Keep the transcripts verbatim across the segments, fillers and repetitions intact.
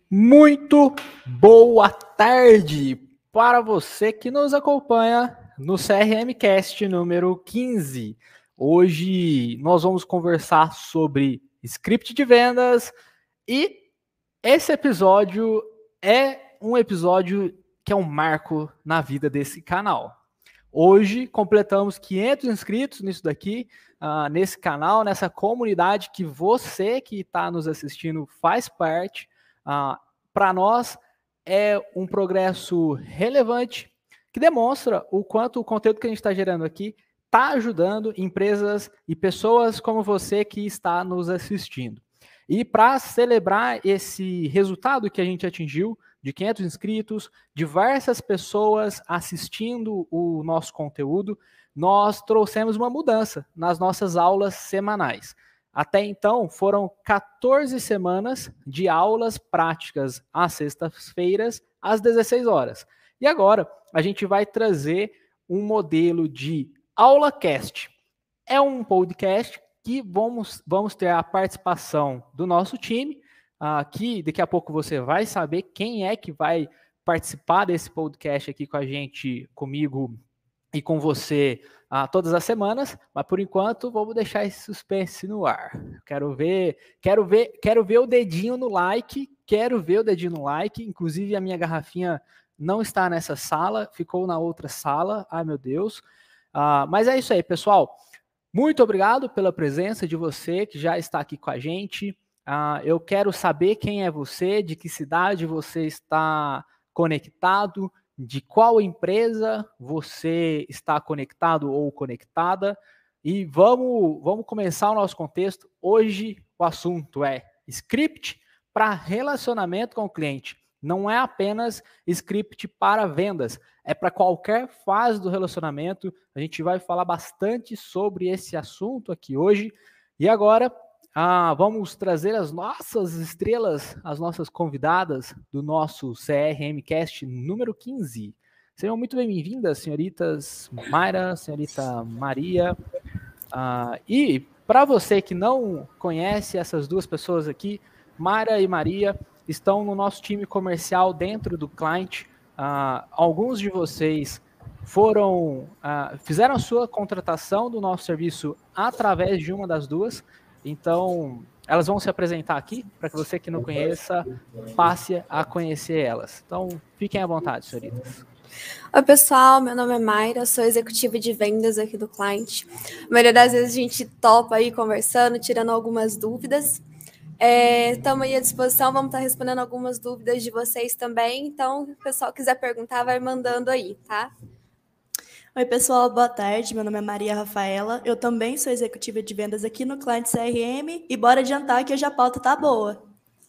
Muito boa tarde para você que nos acompanha no C R M Cast número quinze. Hoje nós vamos conversar sobre script de vendas e esse episódio é um episódio que é um marco na vida desse canal. Hoje completamos quinhentos inscritos nisso daqui, uh, nesse canal, nessa comunidade que você que está nos assistindo faz parte. Uh, Para nós é um progresso relevante que demonstra o quanto o conteúdo que a gente está gerando aqui está ajudando empresas e pessoas como você que está nos assistindo. E para celebrar esse resultado que a gente atingiu, de quinhentos inscritos, diversas pessoas assistindo o nosso conteúdo, nós trouxemos uma mudança nas nossas aulas semanais. Até então, foram quatorze semanas de aulas práticas às sextas-feiras, às dezesseis horas. E agora, a gente vai trazer um modelo de AulaCast. É um podcast que vamos, vamos ter a participação do nosso time. Aqui, daqui a pouco você vai saber quem é que vai participar desse podcast aqui com a gente, comigo e com você uh, todas as semanas, mas por enquanto vamos deixar esse suspense no ar. Quero ver, quero ver, quero ver o dedinho no like, quero ver o dedinho no like, inclusive a minha garrafinha não está nessa sala, ficou na outra sala, ai meu Deus. Uh, mas é isso aí, pessoal. Muito obrigado pela presença de você que já está aqui com a gente. Uh, eu quero saber quem é você, de que cidade você está conectado, de qual empresa você está conectado ou conectada. E vamos, vamos começar o nosso contexto. Hoje o assunto é script para relacionamento com o cliente. Não é apenas script para vendas, é para qualquer fase do relacionamento. A gente vai falar bastante sobre esse assunto aqui hoje. E agora... Ah, vamos trazer as nossas estrelas, as nossas convidadas do nosso C R M Cast número quinze. Sejam muito bem-vindas, senhoritas Mayra, senhorita Maria. Ah, e para você que não conhece essas duas pessoas aqui, Mayra e Maria estão no nosso time comercial dentro do client. Ah, alguns de vocês foram, ah, fizeram a sua contratação do nosso serviço através de uma das duas. Então, elas vão se apresentar aqui, para que você que não conheça, passe a conhecer elas. Então, fiquem à vontade, senhoritas. Oi, pessoal, meu nome é Mayra, sou executiva de vendas aqui do client. A maioria das vezes a gente topa aí conversando, tirando algumas dúvidas. Estamos é, aí à disposição, vamos estar respondendo algumas dúvidas de vocês também. Então, se o pessoal quiser perguntar, vai mandando aí, tá? Oi, pessoal, boa tarde. Meu nome é Maria Rafaela. Eu também sou executiva de vendas aqui no Client C R M e bora adiantar que hoje a pauta tá boa.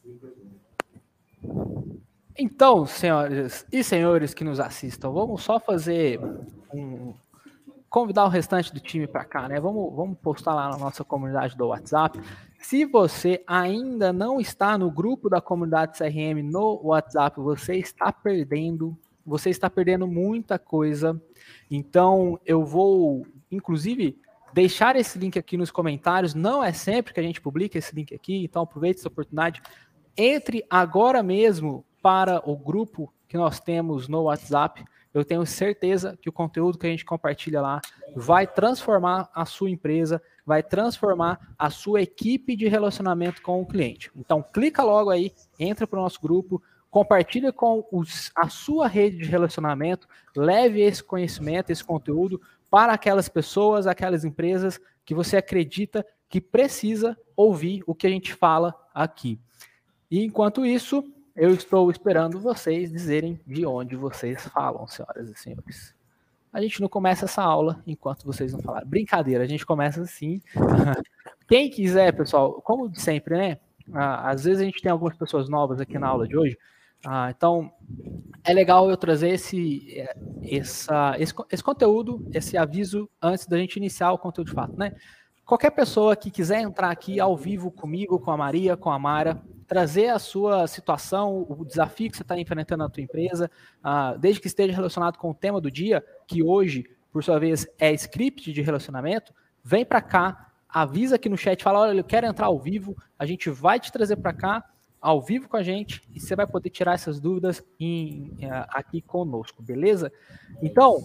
Então, senhoras e senhores que nos assistam, vamos só fazer um... convidar o restante do time para cá, né? Vamos, vamos postar lá na nossa comunidade do WhatsApp. Se você ainda não está no grupo da comunidade C R M no WhatsApp, você está perdendo, você está perdendo muita coisa. Então, eu vou, inclusive, deixar esse link aqui nos comentários. Não é sempre que a gente publica esse link aqui, então aproveite essa oportunidade. Entre agora mesmo para o grupo que nós temos no WhatsApp. Eu tenho certeza que o conteúdo que a gente compartilha lá vai transformar a sua empresa, vai transformar a sua equipe de relacionamento com o cliente. Então, clica logo aí, entra para o nosso grupo, compartilha com os, a sua rede de relacionamento, leve esse conhecimento, esse conteúdo para aquelas pessoas, aquelas empresas que você acredita que precisa ouvir o que a gente fala aqui. E enquanto isso, eu estou esperando vocês dizerem de onde vocês falam, senhoras e senhores. A gente não começa essa aula enquanto vocês não falarem. Brincadeira, a gente começa assim. Quem quiser, pessoal, como de sempre, né? Às vezes a gente tem algumas pessoas novas aqui na aula de hoje. Ah, então, é legal eu trazer esse, essa, esse, esse conteúdo, esse aviso, antes da gente iniciar o conteúdo de fato, né? Qualquer pessoa que quiser entrar aqui ao vivo comigo, com a Maria, com a Mara, trazer a sua situação, o desafio que você está enfrentando na tua empresa, ah, desde que esteja relacionado com o tema do dia, que hoje, por sua vez, é script de relacionamento, vem para cá, avisa aqui no chat, fala, olha, eu quero entrar ao vivo, a gente vai te trazer para cá, ao vivo com a gente e você vai poder tirar essas dúvidas em, aqui conosco, beleza? Então,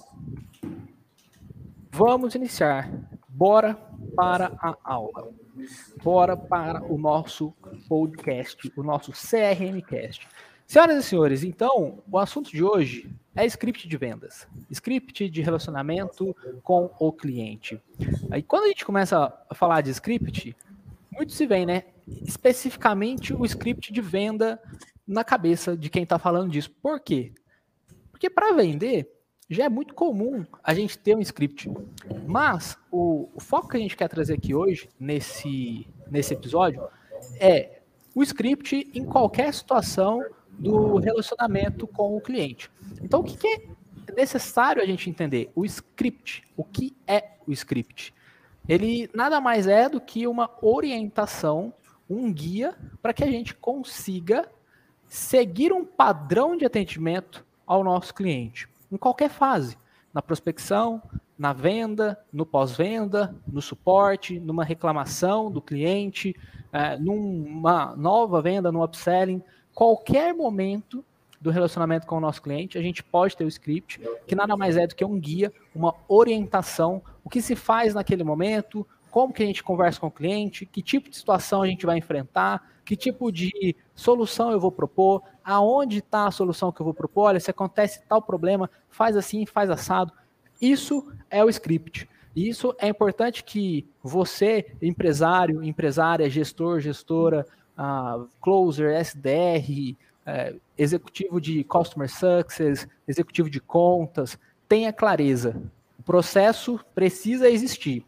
vamos iniciar. Bora para a aula. Bora para o nosso podcast, o nosso C R M Cast. Senhoras e senhores, então, o assunto de hoje é script de vendas. Script de relacionamento com o cliente. Aí, quando a gente começa a falar de script, muito se vem, né? Especificamente o script de venda na cabeça de quem está falando disso. Por quê? Porque para vender, já é muito comum a gente ter um script. Mas o, o foco que a gente quer trazer aqui hoje, nesse, nesse episódio, é o script em qualquer situação do relacionamento com o cliente. Então, o que, que é necessário a gente entender? O script. O que é o script? Ele nada mais é do que uma orientação, um guia, para que a gente consiga seguir um padrão de atendimento ao nosso cliente, em qualquer fase, na prospecção, na venda, no pós-venda, no suporte, numa reclamação do cliente, é, numa nova venda, no upselling, qualquer momento do relacionamento com o nosso cliente, a gente pode ter o script, que nada mais é do que um guia, uma orientação, o que se faz naquele momento, como que a gente conversa com o cliente, que tipo de situação a gente vai enfrentar, que tipo de solução eu vou propor, aonde está a solução que eu vou propor, olha, se acontece tal problema, faz assim, faz assado. Isso é o script. E isso é importante que você, empresário, empresária, gestor, gestora, uh, closer, S D R, uh, executivo de Customer Success, executivo de contas, tenha clareza. O processo precisa existir.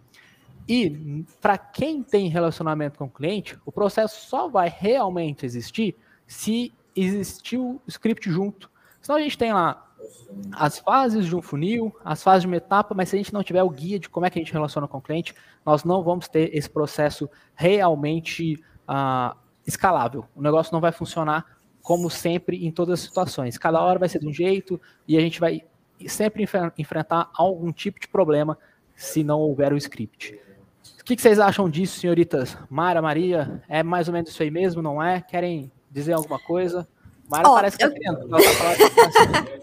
E para quem tem relacionamento com o cliente, o processo só vai realmente existir se existir o script junto. Senão a gente tem lá as fases de um funil, as fases de uma etapa, mas se a gente não tiver o guia de como é que a gente relaciona com o cliente, nós não vamos ter esse processo realmente uh, escalável. O negócio não vai funcionar como sempre em todas as situações. Cada hora vai ser de um jeito e a gente vai sempre enf- enfrentar algum tipo de problema se não houver o script. O que, que vocês acham disso, senhoritas? Mara, Maria, é mais ou menos isso aí mesmo, não é? Querem dizer alguma coisa? Mara oh, parece que eu... tá querendo. Ela tá falando.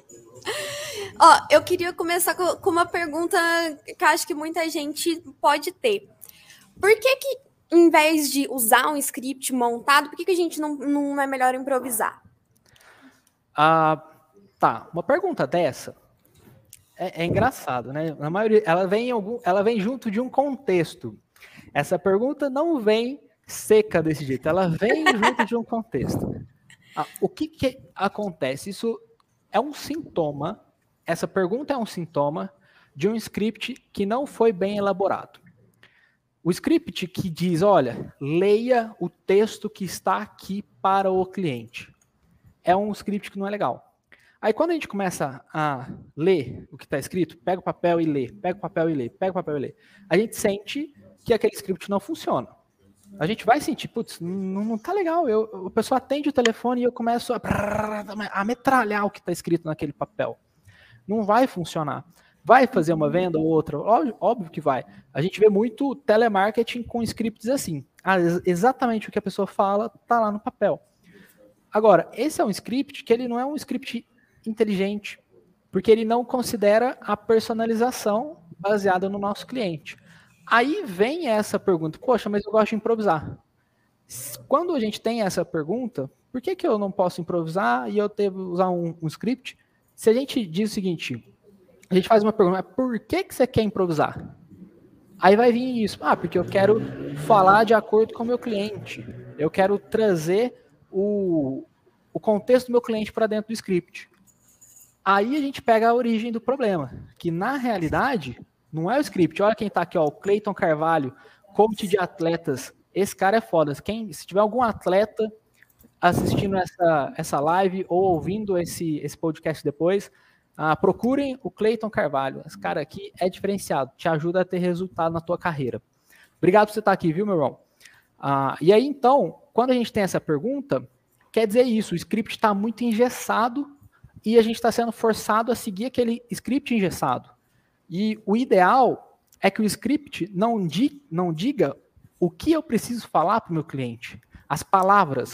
Ó, oh, eu queria começar com uma pergunta que eu acho que muita gente pode ter. Por que que, em vez de usar um script montado, por que que a gente não, não é melhor improvisar? Ah, tá, uma pergunta dessa é, é engraçado, né? Na maioria, ela vem, em algum, ela vem junto de um contexto. Essa pergunta não vem seca desse jeito, ela vem junto de um contexto. Ah, o que que acontece? Isso é um sintoma, essa pergunta é um sintoma de um script que não foi bem elaborado. O script que diz, olha, leia o texto que está aqui para o cliente, é um script que não é legal. Aí quando a gente começa a ler o que está escrito, pega o papel e lê, pega o papel e lê, pega o papel e lê, a gente sente que aquele script não funciona. A gente vai sentir, putz, não, não tá legal, eu, a pessoa atende o telefone e eu começo a, a metralhar o que está escrito naquele papel. Não vai funcionar. Vai fazer uma venda ou outra? Óbvio, óbvio que vai. A gente vê muito telemarketing com scripts assim. Ah, exatamente o que a pessoa fala tá lá no papel. Agora, esse é um script que ele não é um script inteligente, porque ele não considera a personalização baseada no nosso cliente. Aí vem essa pergunta, poxa, mas eu gosto de improvisar. Quando a gente tem essa pergunta, por que que eu não posso improvisar e eu devo usar um, um script? Se a gente diz o seguinte, a gente faz uma pergunta, por que que você quer improvisar? Aí vai vir isso, ah, porque eu quero falar de acordo com o meu cliente, eu quero trazer o, o contexto do meu cliente para dentro do script. Aí a gente pega a origem do problema, que na realidade não é o script. Olha quem está aqui, ó, o Cleiton Carvalho, coach de atletas. Esse cara é foda. Quem, se tiver algum atleta assistindo essa, essa live ou ouvindo esse, esse podcast depois, uh, procurem o Cleiton Carvalho. Esse cara aqui é diferenciado, te ajuda a ter resultado na tua carreira. Obrigado por você estar aqui, viu, meu irmão? Uh, e aí, então, quando a gente tem essa pergunta, quer dizer isso, o script está muito engessado e a gente está sendo forçado a seguir aquele script engessado. E o ideal é que o script não, di, não diga o que eu preciso falar para o meu cliente, as palavras.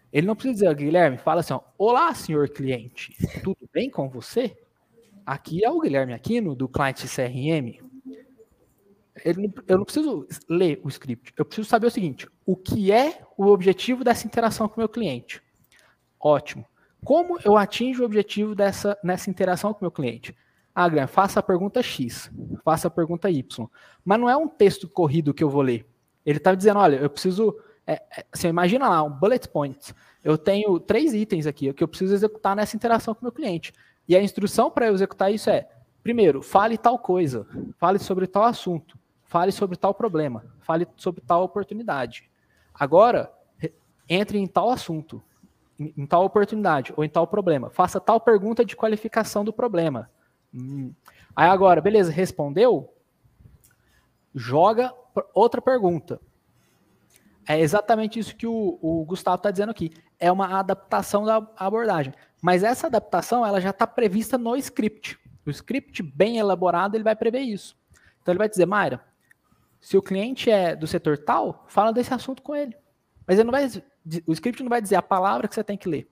Ele não precisa dizer, Guilherme, fala assim, ó, olá, senhor cliente, tudo bem com você? Aqui é o Guilherme Aquino, do Client C R M. Ele, eu não preciso ler o script, eu preciso saber o seguinte, o que é o objetivo dessa interação com o meu cliente? Ótimo. Como eu atinjo o objetivo dessa, nessa interação com o meu cliente? Ah, Guilherme, faça a pergunta X, faça a pergunta Y. Mas não é um texto corrido que eu vou ler. Ele está dizendo, olha, eu preciso... É, é, você imagina lá, um bullet point. Eu tenho três itens aqui que eu preciso executar nessa interação com o meu cliente. E a instrução para eu executar isso é, primeiro, fale tal coisa, fale sobre tal assunto, fale sobre tal problema, fale sobre tal oportunidade. Agora, entre em tal assunto, em, em tal oportunidade ou em tal problema. Faça tal pergunta de qualificação do problema. Hum. Aí agora, beleza, respondeu? Joga outra pergunta. É exatamente isso que o, o Gustavo está dizendo aqui. É uma adaptação da abordagem. Mas essa adaptação ela já está prevista no script. O script bem elaborado ele vai prever isso. Então ele vai dizer, Mayra, se o cliente é do setor tal, fala desse assunto com ele. Mas ele não vai, o script não vai dizer a palavra que você tem que ler.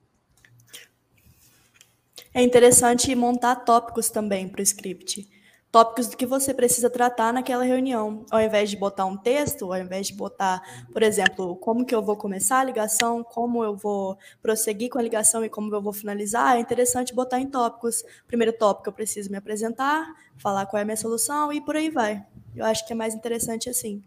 É interessante montar tópicos também para o script. Tópicos do que você precisa tratar naquela reunião. Ao invés de botar um texto, ao invés de botar, por exemplo, como que eu vou começar a ligação, como eu vou prosseguir com a ligação e como eu vou finalizar, é interessante botar em tópicos. Primeiro tópico, eu preciso me apresentar, falar qual é a minha solução e por aí vai. Eu acho que é mais interessante assim.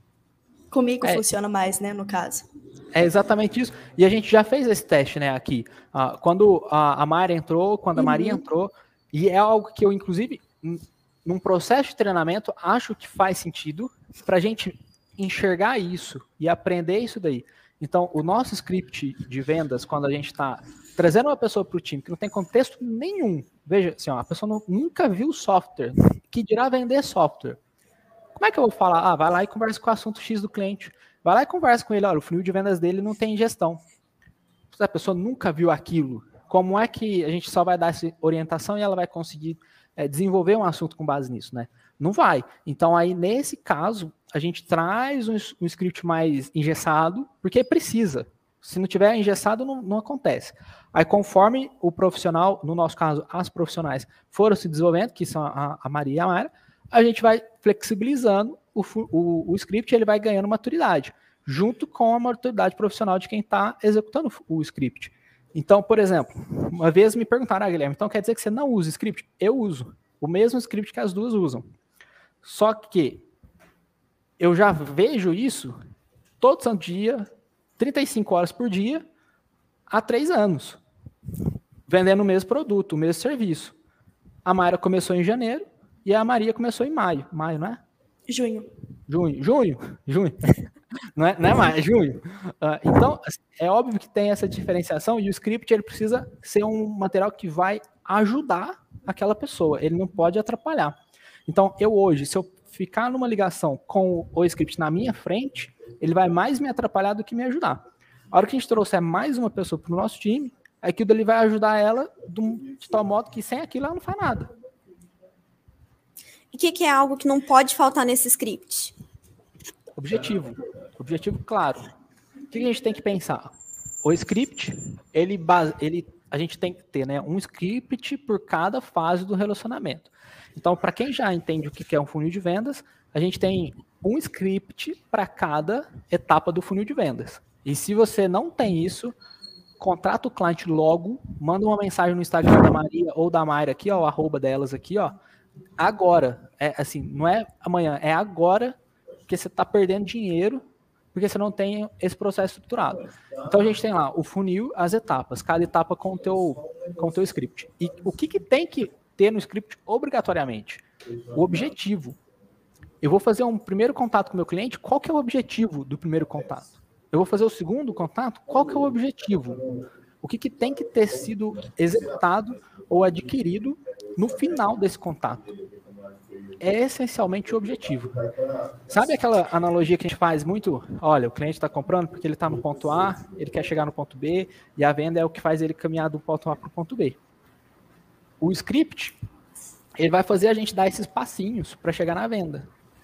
Comigo é, funciona mais, né, no caso. É exatamente isso. E a gente já fez esse teste, né, aqui. Uh, quando a, a Mayra entrou, quando a uhum. Maria entrou, e é algo que eu, inclusive... num processo de treinamento, acho que faz sentido para a gente enxergar isso e aprender isso daí. Então, o nosso script de vendas, quando a gente está trazendo uma pessoa para o time que não tem contexto nenhum, veja, assim, ó, a pessoa não, nunca viu software, que dirá vender software. Como é que eu vou falar? Ah, vai lá e conversa com o assunto X do cliente. Vai lá e conversa com ele, olha, o funil de vendas dele não tem gestão. Se a pessoa nunca viu aquilo, como é que a gente só vai dar essa orientação e ela vai conseguir É, desenvolver um assunto com base nisso, né? Não vai. Então, aí, nesse caso, a gente traz um, um script mais engessado, porque precisa. Se não tiver engessado, não, não acontece. Aí, conforme o profissional, no nosso caso, as profissionais foram se desenvolvendo, que são a, a Maria e a Mayra, a gente vai flexibilizando o, o, o script, ele vai ganhando maturidade, junto com a maturidade profissional de quem está executando o script. Então, por exemplo, uma vez me perguntaram, ah, Guilherme, então quer dizer que você não usa script? Eu uso. O mesmo script que as duas usam. Só que eu já vejo isso todo santo dia, trinta e cinco horas por dia, há três anos. Vendendo o mesmo produto, o mesmo serviço. A Mayra começou em janeiro e a Maria começou em maio. Maio, não é? Junho. Junho. Junho? Junho. Não é, não é mais, é junho. Uh, então, é óbvio que tem essa diferenciação e o script ele precisa ser um material que vai ajudar aquela pessoa, ele não pode atrapalhar. Então, eu hoje, se eu ficar numa ligação com o script na minha frente, ele vai mais me atrapalhar do que me ajudar. A hora que a gente trouxer mais uma pessoa para o nosso time, aquilo dali vai ajudar ela de, de tal modo que sem aquilo ela não faz nada. E o que, que é algo que não pode faltar nesse script? Objetivo. Objetivo claro. O que a gente tem que pensar? O script, ele, base, ele, a gente tem que ter, né, um script por cada fase do relacionamento. Então, para quem já entende o que é um funil de vendas, a gente tem um script para cada etapa do funil de vendas. E se você não tem isso, contrata o cliente logo, manda uma mensagem no Instagram da Maria ou da Mayra aqui, ó, o arroba delas aqui, ó, agora. É assim, não é amanhã, é agora, porque você está perdendo dinheiro porque você não tem esse processo estruturado. Então, a gente tem lá o funil, as etapas, cada etapa com o teu, com o teu script. E o que, que tem que ter no script obrigatoriamente? O objetivo. Eu vou fazer um primeiro contato com o meu cliente, qual que é o objetivo do primeiro contato? Eu vou fazer o segundo contato, qual que é o objetivo? O que, que tem que ter sido executado ou adquirido no final desse contato? É essencialmente o objetivo. Sabe aquela analogia que a gente faz muito? Olha, o cliente está comprando porque ele está no ponto A, ele quer chegar no ponto B, e a venda é o que faz ele caminhar do ponto A para o ponto B. O script, ele vai fazer a gente dar esses passinhos para chegar na venda.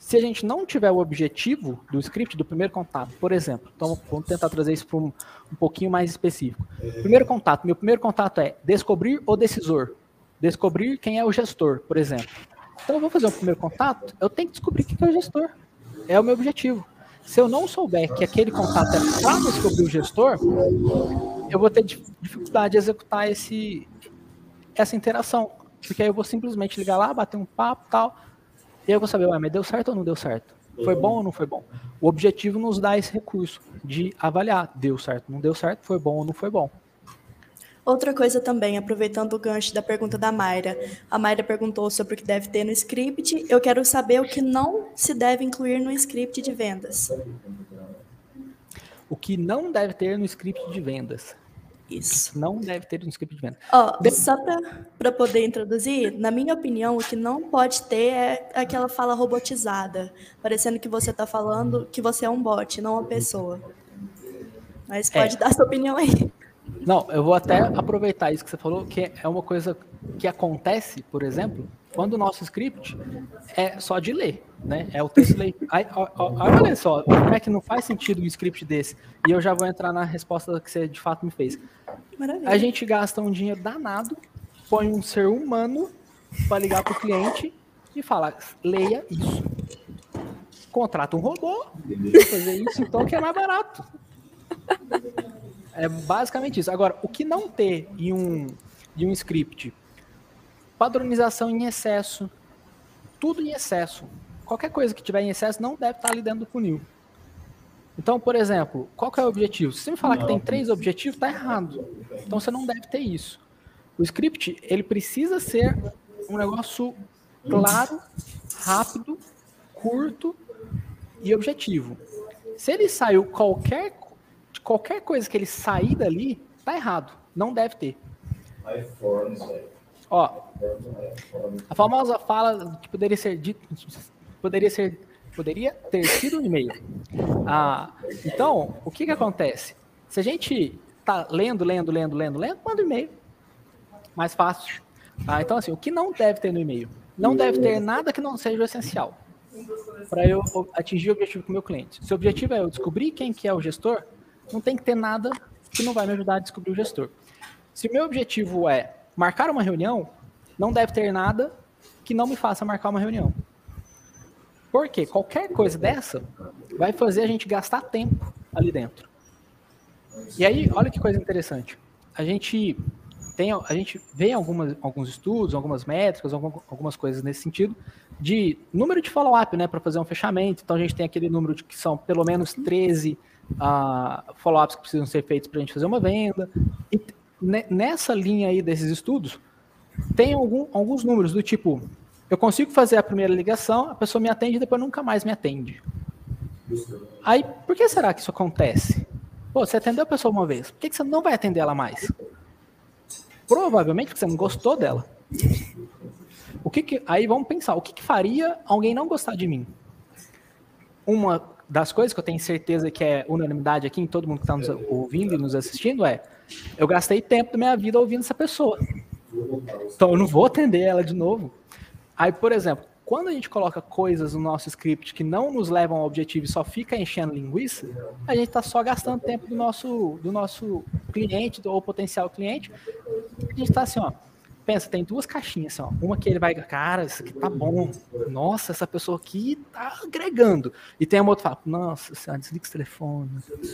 Se a gente não tiver o objetivo do script, do primeiro contato, por exemplo, então vamos tentar trazer isso para um, um pouquinho mais específico. Primeiro contato, meu primeiro contato é descobrir o decisor, descobrir quem é o gestor, por exemplo. Então eu vou fazer um primeiro contato, eu tenho que descobrir quem é o gestor, é o meu objetivo. Se eu não souber que aquele contato é para descobrir o gestor, eu vou ter dificuldade de executar esse, essa interação, porque aí eu vou simplesmente ligar lá, bater um papo e tal, e aí eu vou saber, ué, mas deu certo ou não deu certo? Foi bom ou não foi bom? O objetivo nos dá esse recurso de avaliar, deu certo, não deu certo, foi bom ou não foi bom. Outra coisa também, aproveitando o gancho da pergunta da Mayra, a Mayra perguntou sobre o que deve ter no script, eu quero saber o que não se deve incluir no script de vendas. O que não deve ter no script de vendas. Isso. Não deve ter no script de vendas. Ó, de... Só para poder introduzir, na minha opinião, o que não pode ter é aquela fala robotizada, parecendo que você está falando que você é um bot, não uma pessoa. Mas pode é. dar sua opinião aí. Não, eu vou até aproveitar isso que você falou, que é uma coisa que acontece, por exemplo, quando o nosso script é só de ler, né? É o texto ler. Aí, ó, ó, olha só, como é que não faz sentido um script desse? E eu já vou entrar na resposta que você de fato me fez. Maravilha. A gente gasta um dinheiro danado, põe um ser humano para ligar para o cliente e fala, leia isso. Contrata um robô para fazer isso, então que é mais barato. É basicamente isso. Agora, o que não ter em um, em um script? Padronização em excesso. Tudo em excesso. Qualquer coisa que tiver em excesso não deve estar ali dentro do funil. Então, por exemplo, qual que é o objetivo? Se você me falar que tem três objetivos, está errado. Então, você não deve ter isso. O script, ele precisa ser um negócio claro, rápido, curto e objetivo. Se ele saiu qualquer Qualquer coisa que ele sair dali, tá errado. Não deve ter. Ó, a famosa fala que poderia ser dito, poderia ser, poderia ter sido um e-mail. Ah, então, o que que acontece? Se a gente tá lendo, lendo, lendo, lendo, lendo, manda um e-mail. Mais fácil. Ah, então, assim, o que não deve ter no e-mail? Não deve ter nada que não seja o essencial para eu atingir o objetivo com o meu cliente. Se o objetivo é eu descobrir quem que é o gestor, não tem que ter nada que não vai me ajudar a descobrir o gestor. Se o meu objetivo é marcar uma reunião, não deve ter nada que não me faça marcar uma reunião. Por quê? Qualquer coisa dessa vai fazer a gente gastar tempo ali dentro. E aí, olha que coisa interessante. A gente, tem, a gente vê algumas, alguns estudos, algumas métricas, algumas coisas nesse sentido, de número de follow-up, né, para fazer um fechamento. Então, a gente tem aquele número de que são pelo menos treze Uh, follow-ups que precisam ser feitos para a gente fazer uma venda. E nessa linha aí desses estudos, tem algum, alguns números do tipo, eu consigo fazer a primeira ligação, a pessoa me atende e depois nunca mais me atende. Aí, por que será que isso acontece? Pô, você atendeu a pessoa uma vez, por que você não vai atender ela mais? Provavelmente porque você não gostou dela. O que que, aí vamos pensar, o que, que faria alguém não gostar de mim? Uma das coisas que eu tenho certeza que é unanimidade aqui em todo mundo que está nos ouvindo e nos assistindo é, eu gastei tempo da minha vida ouvindo essa pessoa. Então eu não vou atender ela de novo. Aí, por exemplo, quando a gente coloca coisas no nosso script que não nos levam ao objetivo e só fica enchendo linguiça, a gente está só gastando tempo do nosso, do nosso cliente ou potencial cliente. A gente está assim, ó, pensa, tem duas caixinhas, assim, ó. Uma que ele vai, cara, isso aqui tá bom. Nossa, essa pessoa aqui tá agregando. E tem uma outra que fala, nossa senhora, desliga esse telefone.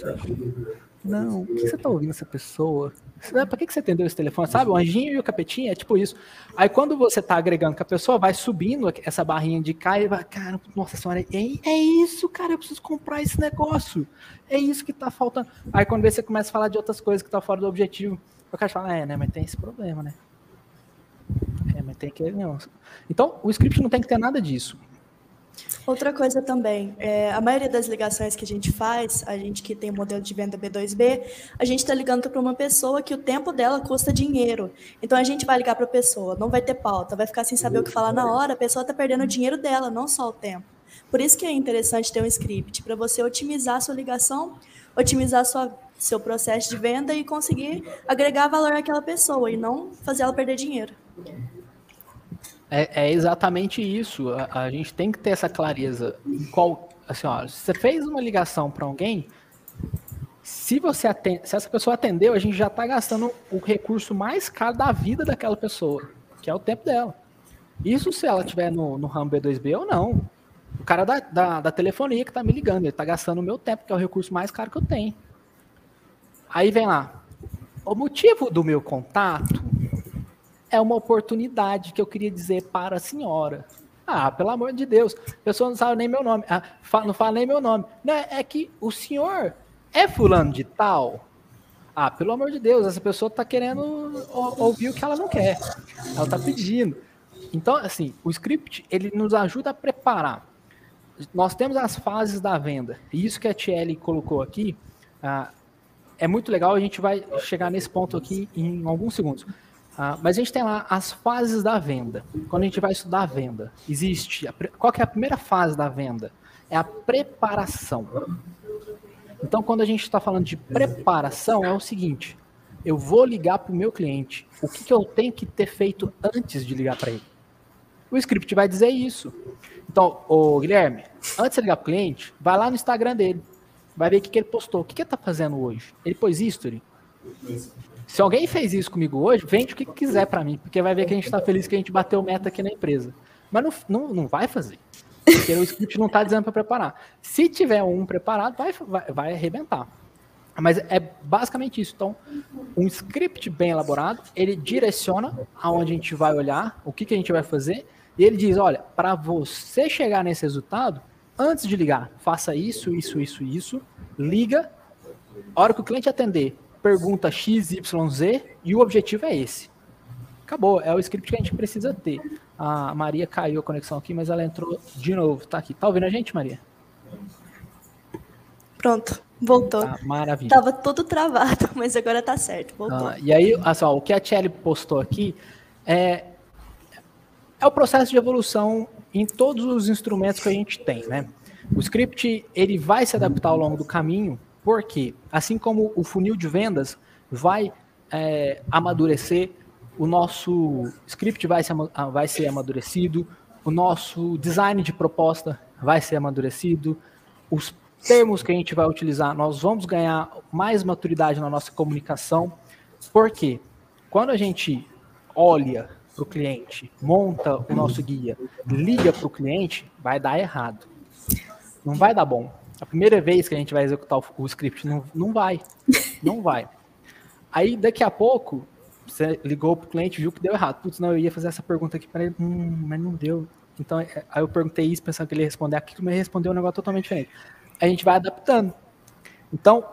Não, por que você tá ouvindo essa pessoa? Pra que você atendeu esse telefone? Sabe, o anjinho e o capetinho é tipo isso. Aí quando você tá agregando com a pessoa, vai subindo essa barrinha de cá e vai, cara, nossa senhora, é, é isso, cara, eu preciso comprar esse negócio. É isso que tá faltando. Aí quando você começa a falar de outras coisas que tá fora do objetivo, o cara fala, é, né, mas tem esse problema, né? É, mas tem que... Não. Então, o script não tem que ter nada disso. Outra coisa também, é, a maioria das ligações que a gente faz, a gente que tem o modelo de venda B dois B, a gente está ligando para uma pessoa que o tempo dela custa dinheiro. Então, a gente vai ligar para a pessoa, não vai ter pauta, vai ficar sem saber o que falar na hora, a pessoa está perdendo o dinheiro dela, não só o tempo. Por isso que é interessante ter um script, para você otimizar a sua ligação, otimizar sua, seu processo de venda e conseguir agregar valor àquela pessoa e não fazer ela perder dinheiro. É, é exatamente isso. A, a gente tem que ter essa clareza. Em qual, assim, ó, se você fez uma ligação para alguém, se você atende, se essa pessoa atendeu, a gente já está gastando o recurso mais caro da vida daquela pessoa, que é o tempo dela. Isso se ela estiver no, no ramo B dois B ou não. O cara da, da, da telefonia que está me ligando, ele está gastando o meu tempo, que é o recurso mais caro que eu tenho. Aí vem lá. O motivo do meu contato é uma oportunidade que eu queria dizer para a senhora. Ah, pelo amor de Deus, a pessoa não sabe nem meu nome. Ah, não fala nem meu nome. Não, é que o senhor é fulano de tal? Ah, pelo amor de Deus, essa pessoa está querendo ouvir o que ela não quer. Ela está pedindo. Então, assim, o script, ele nos ajuda a preparar. Nós temos as fases da venda. E isso que a Tiele colocou aqui, ah, é muito legal. A gente vai chegar nesse ponto aqui em alguns segundos. Ah, mas a gente tem lá as fases da venda. Quando a gente vai estudar a venda, existe... A, qual que é a primeira fase da venda? É a preparação. Então, quando a gente está falando de preparação, é o seguinte: eu vou ligar para o meu cliente. O que, que eu tenho que ter feito antes de ligar para ele? O script vai dizer isso. Então, ô, Guilherme, antes de ligar para o cliente, vai lá no Instagram dele. Vai ver o que, que ele postou. O que, que ele está fazendo hoje? Ele pôs history? Se alguém fez isso comigo hoje, vende o que quiser para mim, porque vai ver que a gente está feliz que a gente bateu meta aqui na empresa. Mas não, não, não vai fazer. Porque o script não está dizendo para preparar. Se tiver um preparado, vai, vai, vai arrebentar. Mas é basicamente isso. Então, um script bem elaborado, ele direciona aonde a gente vai olhar, o que, que a gente vai fazer, e ele diz, olha, para você chegar nesse resultado, antes de ligar, faça isso, isso, isso, isso, liga, a hora que o cliente atender, pergunta X, Y, Z, e o objetivo é esse. Acabou, é o script que a gente precisa ter. A Maria caiu a conexão aqui, mas ela entrou de novo. Tá aqui. Tá ouvindo a gente, Maria? Pronto, voltou. Tá, maravilha. Tava todo travado, mas agora tá certo, voltou. Ah, e aí, assim, ó, o que a Tchelle postou aqui é, é o processo de evolução em todos os instrumentos que a gente tem, né? O script, ele vai se adaptar ao longo do caminho, porque, assim como o funil de vendas vai é, amadurecer, o nosso script vai ser, vai ser amadurecido, o nosso design de proposta vai ser amadurecido, os termos que a gente vai utilizar, nós vamos ganhar mais maturidade na nossa comunicação, porque quando a gente olha para o cliente, monta o nosso guia, liga para o cliente, vai dar errado. Não vai dar bom. A primeira vez que a gente vai executar o, o script, não, não vai. Não vai. Aí, daqui a pouco, você ligou pro cliente, viu que deu errado. Putz, não, eu ia fazer essa pergunta aqui para ele, hum, mas não deu. Então, aí eu perguntei isso, pensando que ele ia responder aquilo, mas ele respondeu um negócio totalmente diferente. A gente vai adaptando. Então,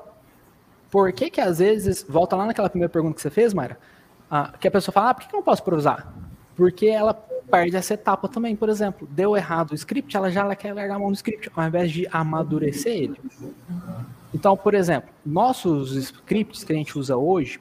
por que que às vezes, volta lá naquela primeira pergunta que você fez, Mayra, ah, que a pessoa fala, ah, por que eu não posso improvisar? Porque ela perde essa etapa também, por exemplo, deu errado o script, ela já ela quer largar a mão no script, ao invés de amadurecer ele. Então, por exemplo, nossos scripts que a gente usa hoje,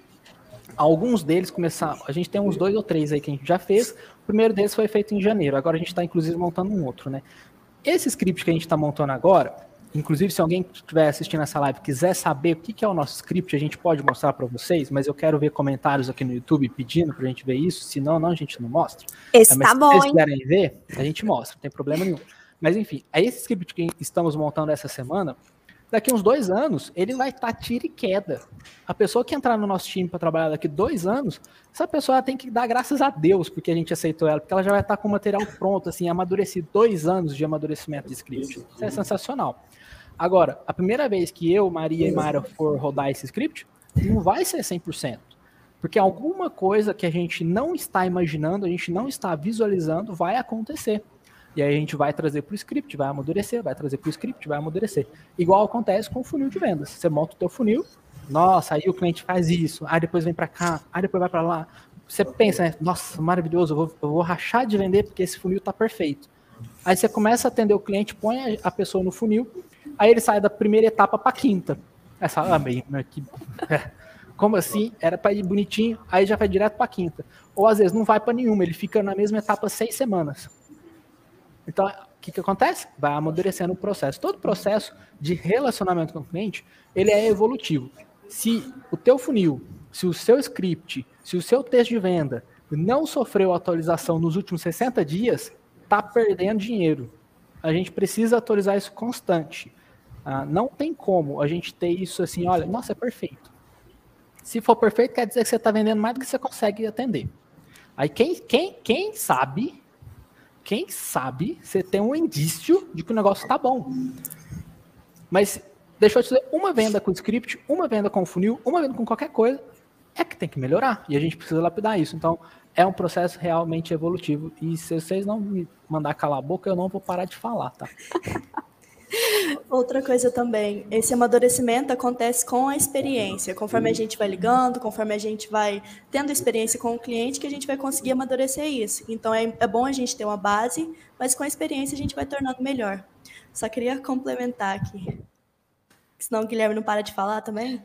alguns deles começaram, a gente tem uns dois ou três aí que a gente já fez, o primeiro deles foi feito em janeiro, agora a gente está inclusive montando um outro, né? Esse script que a gente está montando agora, inclusive se alguém que estiver assistindo essa live quiser saber o que, que é o nosso script, a gente pode mostrar para vocês, mas eu quero ver comentários aqui no YouTube pedindo para a gente ver isso, senão não, a gente não mostra. Esse é, mas tá se bom, vocês hein? quiserem ver, a gente mostra, não tem problema nenhum. Mas enfim, é esse script que estamos montando essa semana. Daqui uns dois anos, ele vai estar tiro e queda. A pessoa que entrar no nosso time para trabalhar daqui dois anos, essa pessoa tem que dar graças a Deus porque a gente aceitou ela, porque ela já vai estar com o material pronto, assim, amadurecido, dois anos de amadurecimento de script. Isso é sensacional. Agora, a primeira vez que eu, Maria e Mara for rodar esse script, não vai ser cem por cento. Porque alguma coisa que a gente não está imaginando, a gente não está visualizando, vai acontecer. E aí a gente vai trazer para o script, vai amadurecer, vai trazer para o script, vai amadurecer. Igual acontece com o funil de vendas. Você monta o teu funil, nossa, aí o cliente faz isso, aí depois vem para cá, aí depois vai para lá. Você pensa, né? Nossa, maravilhoso, eu vou, eu vou rachar de vender porque esse funil está perfeito. Aí você começa a atender o cliente, põe a pessoa no funil, aí ele sai da primeira etapa para a quinta. Essa, ah, meio, que, é, como assim? Era para ir bonitinho, aí já vai direto para a quinta. Ou às vezes não vai para nenhuma, ele fica na mesma etapa seis semanas. Então, o que, que acontece? Vai amadurecendo o processo. Todo processo de relacionamento com o cliente, ele é evolutivo. Se o teu funil, se o seu script, se o seu texto de venda não sofreu atualização nos últimos sessenta dias, está perdendo dinheiro. A gente precisa atualizar isso constante. Ah, não tem como a gente ter isso assim, olha, nossa, é perfeito. Se for perfeito, quer dizer que você está vendendo mais do que você consegue atender. Aí quem, quem, quem sabe, quem sabe, você tem um indício de que o negócio está bom. Mas deixa eu te dizer, uma venda com script, uma venda com funil, uma venda com qualquer coisa, é que tem que melhorar. E a gente precisa lapidar isso. Então, é um processo realmente evolutivo. E se vocês não me mandar calar a boca, eu não vou parar de falar, tá? Outra coisa também, esse amadurecimento acontece com a experiência. Conforme a gente vai ligando, conforme a gente vai tendo experiência com o cliente, que a gente vai conseguir amadurecer isso. Então, é, é bom a gente ter uma base, mas com a experiência a gente vai tornando melhor. Só queria complementar aqui. Senão o Guilherme não para de falar também.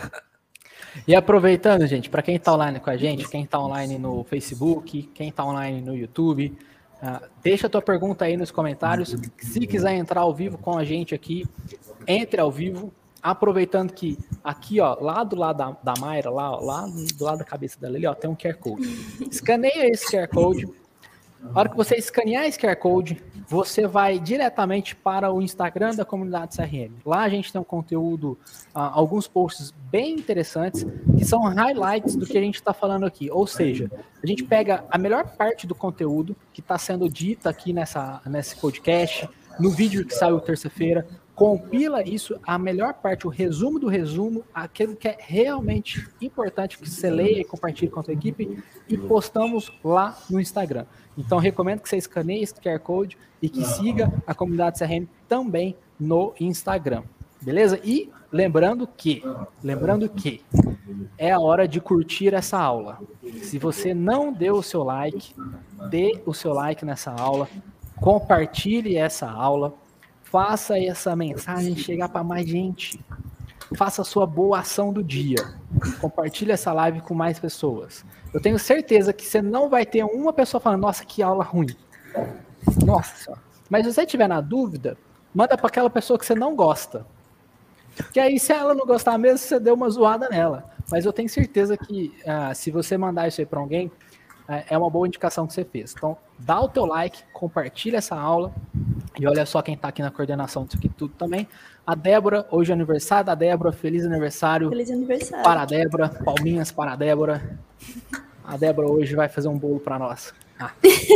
E aproveitando, gente, para quem está online com a gente, quem está online no Facebook, quem está online no YouTube, uh, deixa a tua pergunta aí nos comentários. Se quiser entrar ao vivo com a gente aqui, entre ao vivo. Aproveitando que aqui, ó, lá do lado da, da Mayra, lá, ó, lá do lado da cabeça dela ali, ó, tem um Q R Code. Escaneia esse Q R Code. Na hora que você escanear esse Q R Code, você vai diretamente para o Instagram da comunidade C R M. Lá a gente tem um conteúdo, uh, alguns posts bem interessantes, que são highlights do que a gente está falando aqui. Ou seja, a gente pega a melhor parte do conteúdo que está sendo dita aqui nessa, nesse podcast, no vídeo que saiu terça-feira, compila isso, a melhor parte, o resumo do resumo, aquilo que é realmente importante que você leia e compartilhe com a sua equipe, e postamos lá no Instagram. Então, recomendo que você escaneie esse Q R Code e que siga a comunidade C R M também no Instagram. Beleza? E lembrando que, lembrando que é a hora de curtir essa aula. Se você não deu o seu like, dê o seu like nessa aula, compartilhe essa aula, faça essa mensagem chegar para mais gente. Faça a sua boa ação do dia. Compartilhe essa live com mais pessoas. Eu tenho certeza que você não vai ter uma pessoa falando, nossa, que aula ruim. Nossa. Mas se você tiver na dúvida, manda para aquela pessoa que você não gosta. Que aí, se ela não gostar mesmo, você deu uma zoada nela. Mas eu tenho certeza que uh, se você mandar isso aí para alguém, uh, é uma boa indicação que você fez. Então, dá o teu like, compartilha essa aula. E olha só quem está aqui na coordenação disso aqui tudo também. A Débora, hoje é aniversário da Débora. Feliz aniversário. Feliz aniversário. Para a Débora. Palminhas para a Débora. A Débora hoje vai fazer um bolo para nós. Ah,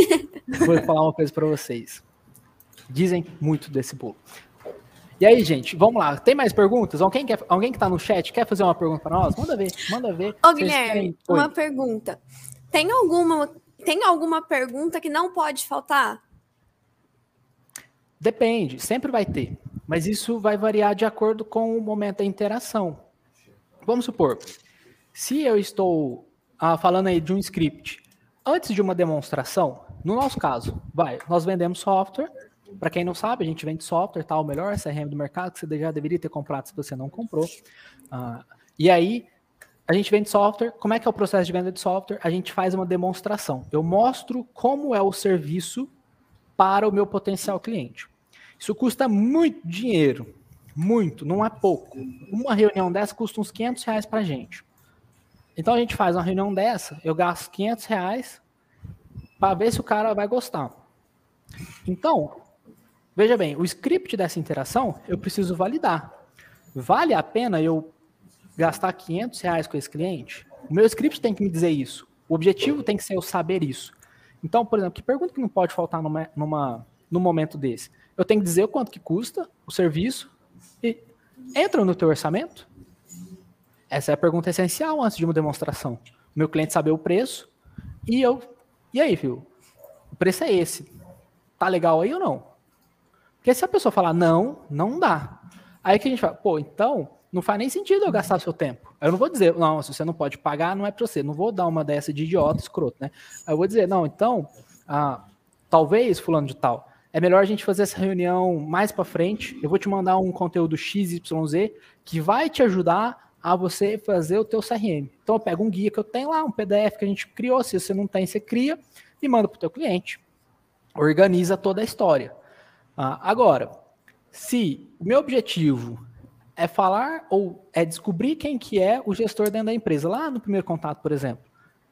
vou falar uma coisa para vocês. Dizem muito desse bolo. E aí, gente, vamos lá. Tem mais perguntas? Alguém, quer, alguém que está no chat quer fazer uma pergunta para nós? Manda ver, manda ver. Ô, Guilherme, uma pergunta. Tem alguma, tem alguma pergunta que não pode faltar? Depende, sempre vai ter. Mas isso vai variar de acordo com o momento da interação. Vamos supor, se eu estou ah, falando aí de um script, antes de uma demonstração, no nosso caso, vai, nós vendemos software. Para quem não sabe, a gente vende software, tá? O melhor C R M do mercado, que você já deveria ter comprado se você não comprou. Uh, e aí, a gente vende software. Como é que é o processo de venda de software? A gente faz uma demonstração. Eu mostro como é o serviço para o meu potencial cliente. Isso custa muito dinheiro. Muito, não é pouco. Uma reunião dessa custa uns quinhentos reais para a gente. Então, a gente faz uma reunião dessa, eu gasto quinhentos reais para ver se o cara vai gostar. Então, veja bem, o script dessa interação eu preciso validar. Vale a pena eu gastar quinhentos reais com esse cliente? O meu script tem que me dizer isso. O objetivo tem que ser eu saber isso. Então, por exemplo, que pergunta que não pode faltar numa, numa, num momento desse? Eu tenho que dizer o quanto que custa o serviço e entra no teu orçamento? Essa é a pergunta essencial antes de uma demonstração. O meu cliente saber o preço e eu... E aí, filho? O preço é esse. Tá legal aí ou não? Porque se a pessoa falar não, não dá. Aí que a gente fala, pô, então não faz nem sentido eu gastar seu tempo. Eu não vou dizer, não, se você não pode pagar, não é para você. Não vou dar uma dessa de idiota, escroto, né? Aí eu vou dizer, não, então, ah, talvez, fulano de tal, é melhor a gente fazer essa reunião mais para frente. Eu vou te mandar um conteúdo X Y Z que vai te ajudar a você fazer o teu C R M. Então eu pego um guia que eu tenho lá, um P D F que a gente criou. Se você não tem, você cria e manda para o teu cliente. Organiza toda a história. Ah, agora, se o meu objetivo é falar ou é descobrir quem que é o gestor dentro da empresa, lá no primeiro contato, por exemplo, o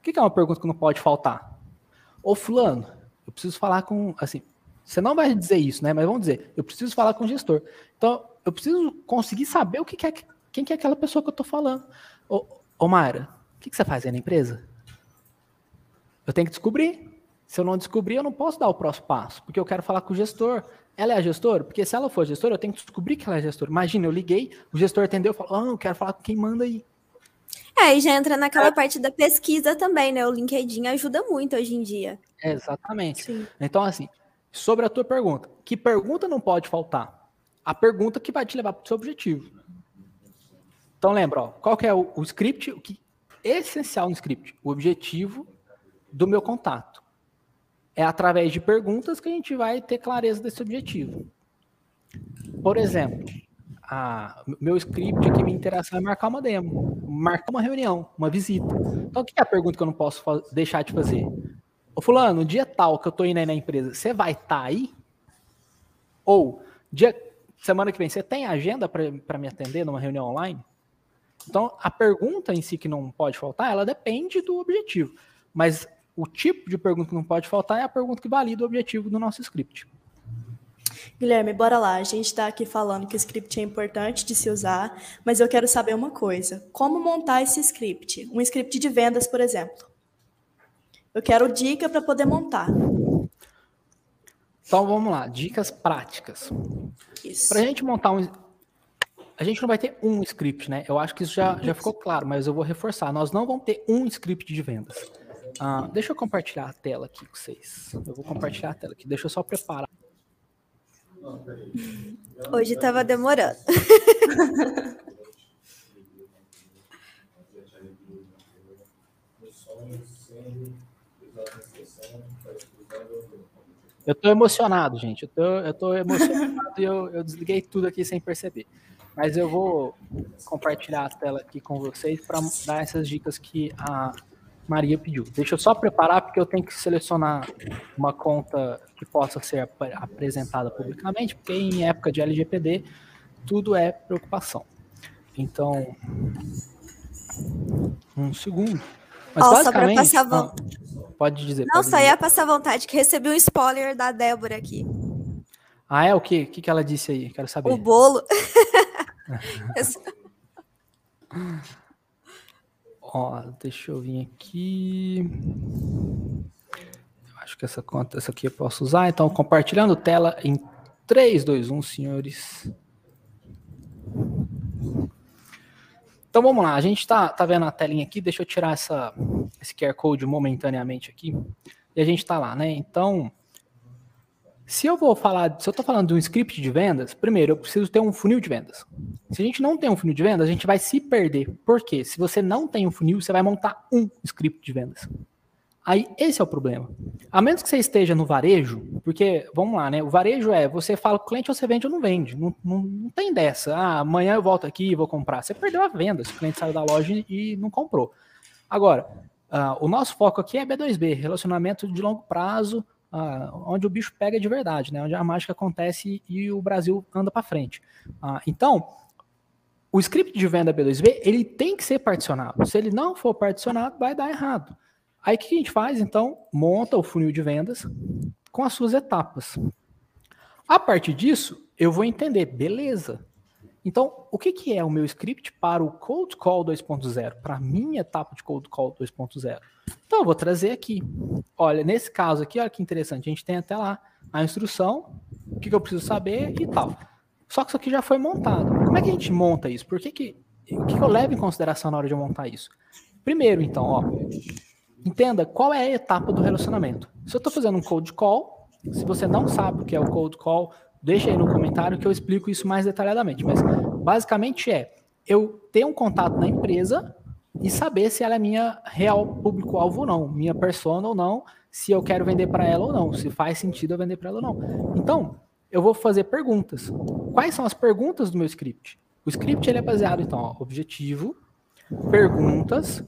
que, que é uma pergunta que não pode faltar? Ô fulano, eu preciso falar com, assim, você não vai dizer isso, né? Mas vamos dizer, eu preciso falar com o gestor. Então, eu preciso conseguir saber o que, que é, quem que é aquela pessoa que eu estou falando. Ô, ô Mayra, o que, que você faz aí na empresa? Eu tenho que descobrir. Se eu não descobrir, eu não posso dar o próximo passo, porque eu quero falar com o gestor. Ela é a gestora? Porque se ela for gestora, eu tenho que descobrir que ela é a gestora. Imagina, eu liguei, o gestor atendeu, eu falo, ah, eu quero falar com quem manda aí. É, e já entra naquela é. parte da pesquisa também, né? O LinkedIn ajuda muito hoje em dia. É, exatamente. Sim. Então, assim, sobre a tua pergunta, que pergunta não pode faltar? A pergunta que vai te levar para o seu objetivo. Então, lembra, ó, qual que é o, o script, o que é essencial no script? O objetivo do meu contato. É através de perguntas que a gente vai ter clareza desse objetivo. Por exemplo, a, meu script aqui, minha interação é marcar uma demo, marcar uma reunião, uma visita. Então, o que é a pergunta que eu não posso deixar de fazer? Ô fulano, dia tal que eu tô indo aí na empresa, você vai estar tá aí? Ou, dia, semana que vem, você tem agenda para me atender numa reunião online? Então, a pergunta em si que não pode faltar, ela depende do objetivo. Mas o tipo de pergunta que não pode faltar é a pergunta que valida o objetivo do nosso script. Guilherme, bora lá. A gente está aqui falando que o script é importante de se usar, mas eu quero saber uma coisa. Como montar esse script? Um script de vendas, por exemplo. Eu quero dica para poder montar. Então, vamos lá. Dicas práticas. Isso. Para a gente montar um... A gente não vai ter um script, né? Eu acho que isso já, já ficou claro, mas eu vou reforçar. Nós não vamos ter um script de vendas. Ah, deixa eu compartilhar a tela aqui com vocês. Eu vou compartilhar a tela aqui. Deixa eu só preparar. Hoje estava demorando. Eu estou emocionado, gente. Eu tô, eu tô emocionado e eu, eu desliguei tudo aqui sem perceber. Mas eu vou compartilhar a tela aqui com vocês para dar essas dicas que a Maria pediu. Deixa eu só preparar, porque eu tenho que selecionar uma conta que possa ser ap apresentada publicamente, porque em época de L G P D, tudo é preocupação. Então, um segundo. Mas oh, basicamente... Só pra passar ah, pode dizer. Não, pode só dizer. ia passar vontade, que recebi um spoiler da Débora aqui. Ah, é? O quê? O que, que ela disse aí? Quero saber. O bolo. Ó, deixa eu vir aqui. Eu acho que essa conta, essa aqui eu posso usar. Então, compartilhando tela em três, dois, um, senhores. Então, vamos lá. A gente tá, tá vendo a telinha aqui. Deixa eu tirar essa, esse Q R Code momentaneamente aqui. E a gente tá lá, né? Então, se eu vou falar, se eu tô falando de um script de vendas, primeiro, eu preciso ter um funil de vendas. Se a gente não tem um funil de vendas, a gente vai se perder. Por quê? Se você não tem um funil, você vai montar um script de vendas. Aí, esse é o problema. A menos que você esteja no varejo, porque, vamos lá, né? O varejo é, você fala com o cliente, ou você vende ou não vende. Não, não, não tem dessa. Ah, amanhã eu volto aqui e vou comprar. Você perdeu a venda se o cliente saiu da loja e não comprou. Agora, uh, o nosso foco aqui é B dois B, relacionamento de longo prazo, uh, onde o bicho pega de verdade, né? Onde a mágica acontece e o Brasil anda para frente. Uh, então, o script de venda B dois B, ele tem que ser particionado. Se ele não for particionado, vai dar errado. Aí o que a gente faz? Então, monta o funil de vendas com as suas etapas. A partir disso, eu vou entender, beleza. Então, o que, que é o meu script para o Cold Call dois ponto zero? Para a minha etapa de Cold Call dois ponto zero. Então, eu vou trazer aqui. Olha, nesse caso aqui, olha que interessante. A gente tem até lá a instrução, o que, que eu preciso saber e tal. Só que isso aqui já foi montado. Como é que a gente monta isso? Por que que, o que, que eu levo em consideração na hora de eu montar isso? Primeiro, então, ó, entenda qual é a etapa do relacionamento. Se eu estou fazendo um cold call, se você não sabe o que é o cold call, deixa aí no comentário que eu explico isso mais detalhadamente. Mas basicamente é eu ter um contato na empresa e saber se ela é minha real público-alvo ou não, minha persona ou não, se eu quero vender para ela ou não, se faz sentido eu vender para ela ou não. Então, eu vou fazer perguntas. Quais são as perguntas do meu script? O script ele é baseado, então, ó, objetivo, perguntas,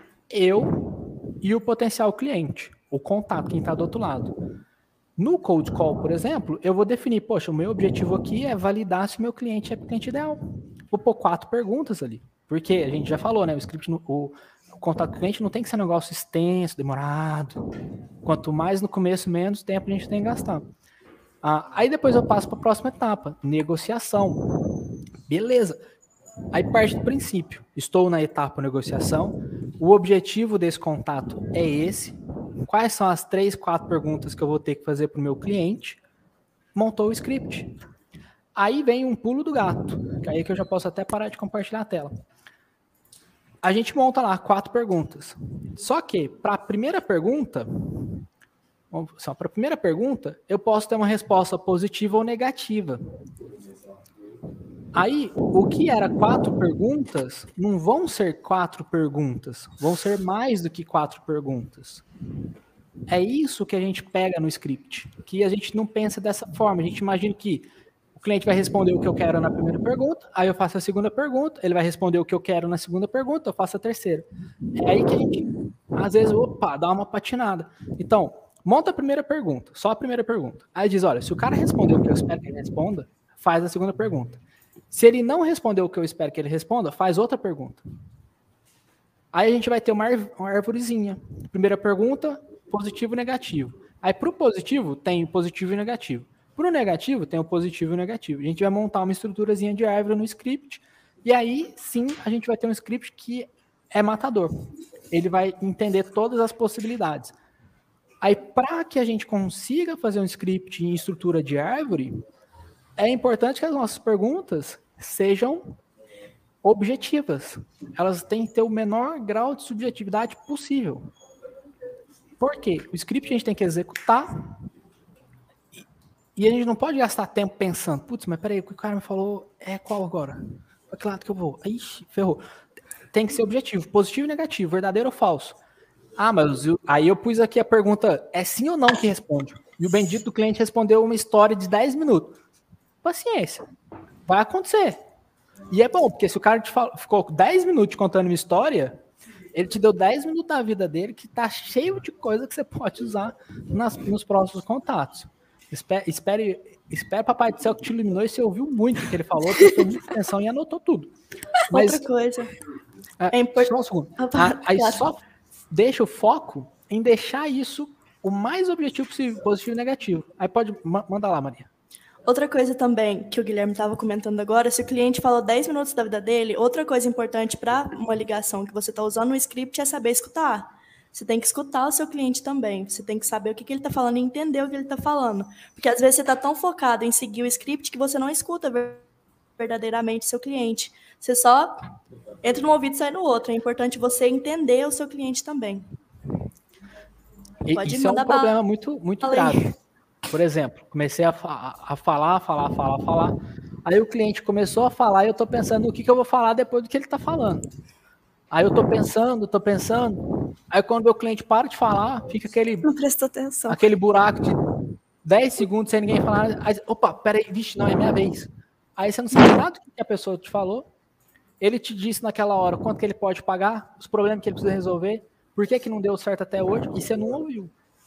eu e o potencial cliente, o contato, quem está do outro lado. No cold call, por exemplo, eu vou definir, poxa, o meu objetivo aqui é validar se o meu cliente é cliente ideal. Vou pôr quatro perguntas ali, porque a gente já falou, né, o script, no, o contato com o cliente não tem que ser um negócio extenso, demorado. Quanto mais no começo, menos tempo a gente tem que gastar. Ah, aí depois eu passo para a próxima etapa, negociação. Beleza. Aí parte do princípio. Estou na etapa negociação. O objetivo desse contato é esse. Quais são as três, quatro perguntas que eu vou ter que fazer para o meu cliente? Montou o script. Aí vem um pulo do gato. Que aí que eu já posso até parar de compartilhar a tela. A gente monta lá quatro perguntas. Só que para a primeira pergunta, só para a primeira pergunta, eu posso ter uma resposta positiva ou negativa. Aí, o que era quatro perguntas, não vão ser quatro perguntas, vão ser mais do que quatro perguntas. É isso que a gente pega no script, que a gente não pensa dessa forma. A gente imagina que o cliente vai responder o que eu quero na primeira pergunta, aí eu faço a segunda pergunta, ele vai responder o que eu quero na segunda pergunta, eu faço a terceira. É aí que a gente, às vezes, opa, dá uma patinada. Então, monta a primeira pergunta, só a primeira pergunta. Aí diz, olha, se o cara responder o que eu espero que ele responda, faz a segunda pergunta. Se ele não responder o que eu espero que ele responda, faz outra pergunta. Aí a gente vai ter uma árvorezinha. Primeira pergunta, positivo e negativo. Aí para o positivo, tem o positivo e negativo. Para o negativo, tem o positivo e negativo. A gente vai montar uma estruturazinha de árvore no script, e aí sim a gente vai ter um script que é matador. Ele vai entender todas as possibilidades. Aí para que a gente consiga fazer um script em estrutura de árvore, é importante que as nossas perguntas sejam objetivas. Elas têm que ter o menor grau de subjetividade possível. Por quê? O script a gente tem que executar e a gente não pode gastar tempo pensando, putz, mas peraí, o que o cara me falou é qual agora? Para que lado que eu vou? Ixi, ferrou. Tem que ser objetivo, positivo e negativo, verdadeiro ou falso. Ah, mas eu, aí eu pus aqui a pergunta, é sim ou não que responde? E o bendito do cliente respondeu uma história de dez minutos. Paciência, vai acontecer. E é bom, porque se o cara te fala, ficou dez minutos contando uma história, ele te deu dez minutos da vida dele que tá cheio de coisa que você pode usar nas, nos próximos contatos. Espere, espere, espere Papai do Céu que te iluminou e você ouviu muito o que ele falou, prestou muita atenção e anotou tudo. Mas, outra coisa. É, é importante. Só um segundo. Ah, aí só deixa o foco em deixar isso o mais objetivo possível, positivo e negativo. Aí pode, manda lá, Maria. Outra coisa também que o Guilherme estava comentando agora, se o cliente falou dez minutos da vida dele, outra coisa importante para uma ligação que você está usando no script é saber escutar. Você tem que escutar o seu cliente também. Você tem que saber o que, que ele está falando e entender o que ele está falando. Porque às vezes você está tão focado em seguir o script que você não escuta verdadeiramente o seu cliente. Você só entra num ouvido e sai no outro. É importante você entender o seu cliente também. Pode Isso é um problema muito, muito grave. Por exemplo, comecei a, a, a falar, falar, falar, falar. Aí o cliente começou a falar e eu estou pensando o que, que eu vou falar depois do que ele está falando. Aí eu estou pensando, estou pensando. Aí quando o cliente para de falar, fica aquele, não prestou atenção. Aquele buraco de dez segundos sem ninguém falar. Aí, opa, peraí, vixe, não, é minha vez. Aí você não sabe nada do que a pessoa te falou. Ele te disse naquela hora quanto que ele pode pagar, os problemas que ele precisa resolver, por que, que não deu certo até hoje, e você não ouviu.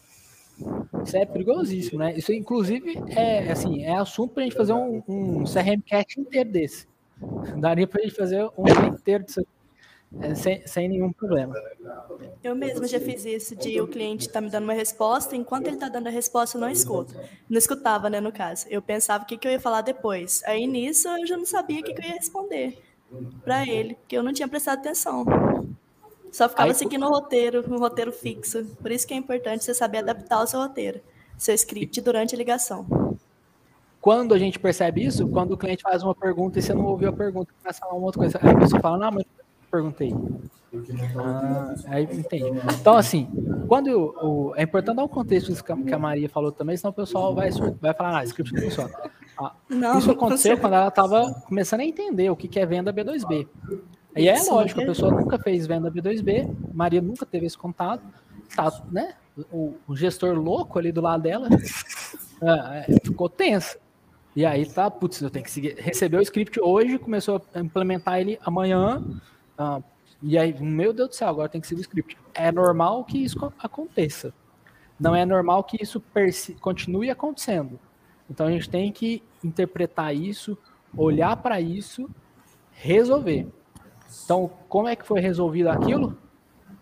Isso é perigosíssimo, né? Isso, inclusive, é, assim, é assunto para a gente fazer um, um C R M Cast inteiro desse. Daria para a gente fazer um dia inteiro disso aqui, é, sem, sem nenhum problema. Eu mesma já fiz isso, de o cliente tá me dando uma resposta, enquanto ele tá dando a resposta, eu não escuto. Não escutava, né, no caso. Eu pensava o que, que eu ia falar depois. Aí, nisso, eu já não sabia o que, que eu ia responder para ele, porque eu não tinha prestado atenção. Só ficava Aí, seguindo o roteiro, um roteiro fixo. Por isso que é importante você saber adaptar o seu roteiro, seu script durante a ligação. Quando a gente percebe isso, quando o cliente faz uma pergunta e você não ouviu a pergunta, começa a falar uma outra coisa. Aí a pessoa fala, não, mas eu perguntei. Ah, aí entendi. Então, assim, quando eu, o, é importante dar um contexto que a Maria falou também, senão o pessoal vai, vai falar, ah, script não funciona. Ah, não, isso aconteceu quando ela estava começando a entender o que é venda B dois B. E é lógico, a pessoa nunca fez venda B dois B, Maria nunca teve esse contato, tá, né? O, o gestor louco ali do lado dela é, ficou tenso. E aí tá, putz, eu tenho que seguir. Recebeu o script hoje, começou a implementar ele amanhã, ah, e aí, meu Deus do céu, agora tem que seguir o script. É normal que isso aconteça. Não é normal que isso continue acontecendo. Então a gente tem que interpretar isso, olhar para isso, resolver. Então, como é que foi resolvido aquilo?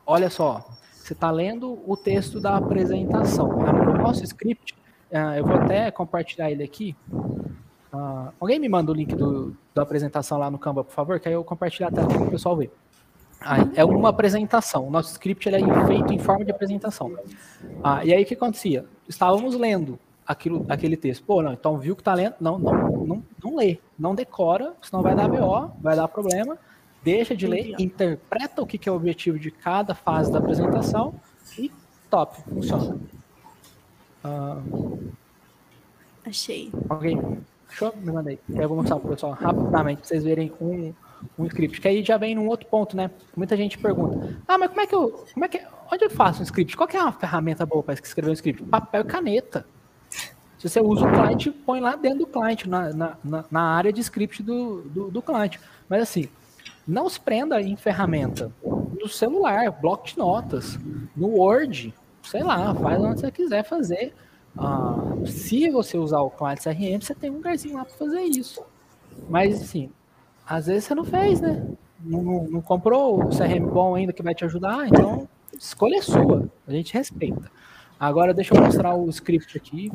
olha só, você está lendo o texto da apresentação. O nosso script, uh, eu vou até compartilhar ele aqui. Uh, alguém me manda o link do, da apresentação lá no Canva, por favor, que aí eu compartilho a tela para o pessoal ver. Ah, é uma apresentação. O nosso script ele é feito em forma de apresentação. Ah, e aí o que acontecia? Estávamos lendo aquilo, aquele texto. Pô, não, então viu que está lendo? Não, não, não, não lê, não decora, senão vai dar B O, vai dar problema. Deixa de ler, interpreta o que é o objetivo de cada fase da apresentação e top, funciona. Ah, Achei. Alguém achou? Me mandei. Eu vou mostrar para o pessoal rapidamente, para vocês verem um, um script. Que aí já vem num outro ponto, né? Muita gente pergunta, ah, mas como é que eu... Como é que, onde eu faço um script? Qual que é uma ferramenta boa para escrever um script? Papel e caneta. Se você usa o client, põe lá dentro do client, na, na, na área de script do, do, do client. Mas assim... Não se prenda em ferramenta. No celular, bloco de notas, no Word, sei lá, faz onde você quiser fazer. Ah, se você usar o client C R M, você tem um lugarzinho lá para fazer isso. Mas, assim, às vezes você não fez, né? Não, não, não comprou o C R M bom ainda que vai te ajudar, então escolha é sua. A gente respeita. Agora, deixa eu mostrar o script aqui.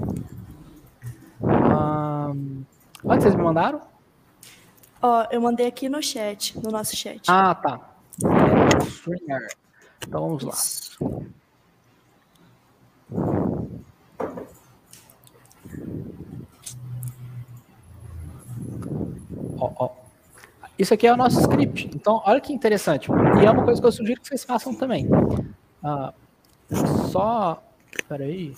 Ah, onde vocês me mandaram? Ó, eu mandei aqui no chat, no nosso chat. Ah, tá. Então vamos lá. Isso. Ó, ó. Isso aqui é o nosso script. Então, olha que interessante. E é uma coisa que eu sugiro que vocês façam também. Ah, só... Espera aí.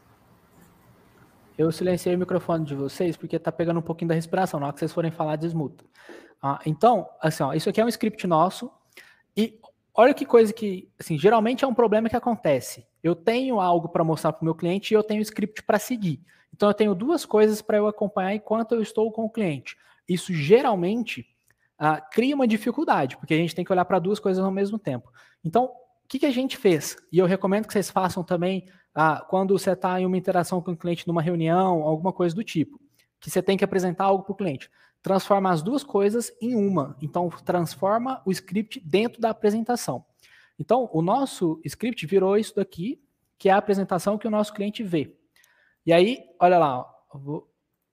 Eu silenciei o microfone de vocês porque tá pegando um pouquinho da respiração. Na hora que vocês forem falar, desmuta. Ah, então, assim, ó, isso aqui é um script nosso. E olha que coisa que, assim, geralmente é um problema que acontece. Eu tenho algo para mostrar para o meu cliente e eu tenho um script para seguir. Então, eu tenho duas coisas para eu acompanhar enquanto eu estou com o cliente. Isso geralmente ah, cria uma dificuldade, porque a gente tem que olhar para duas coisas ao mesmo tempo. Então, o que, que a gente fez? E eu recomendo que vocês façam também ah, quando você está em uma interação com o cliente, numa reunião, alguma coisa do tipo, que você tem que apresentar algo para o cliente. Transforma as duas coisas em uma. Então, transforma o script dentro da apresentação. Então, o nosso script virou isso daqui, que é a apresentação que o nosso cliente vê. E aí, olha lá, ó, vou...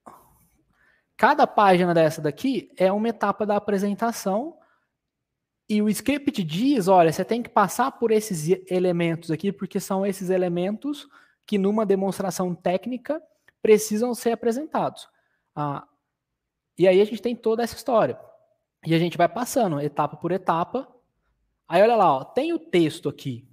cada página dessa daqui é uma etapa da apresentação e o script diz, olha, você tem que passar por esses elementos aqui, porque são esses elementos que numa demonstração técnica precisam ser apresentados. Ah, e aí a gente tem toda essa história. E a gente vai passando, etapa por etapa. Aí olha lá, ó, tem o texto aqui,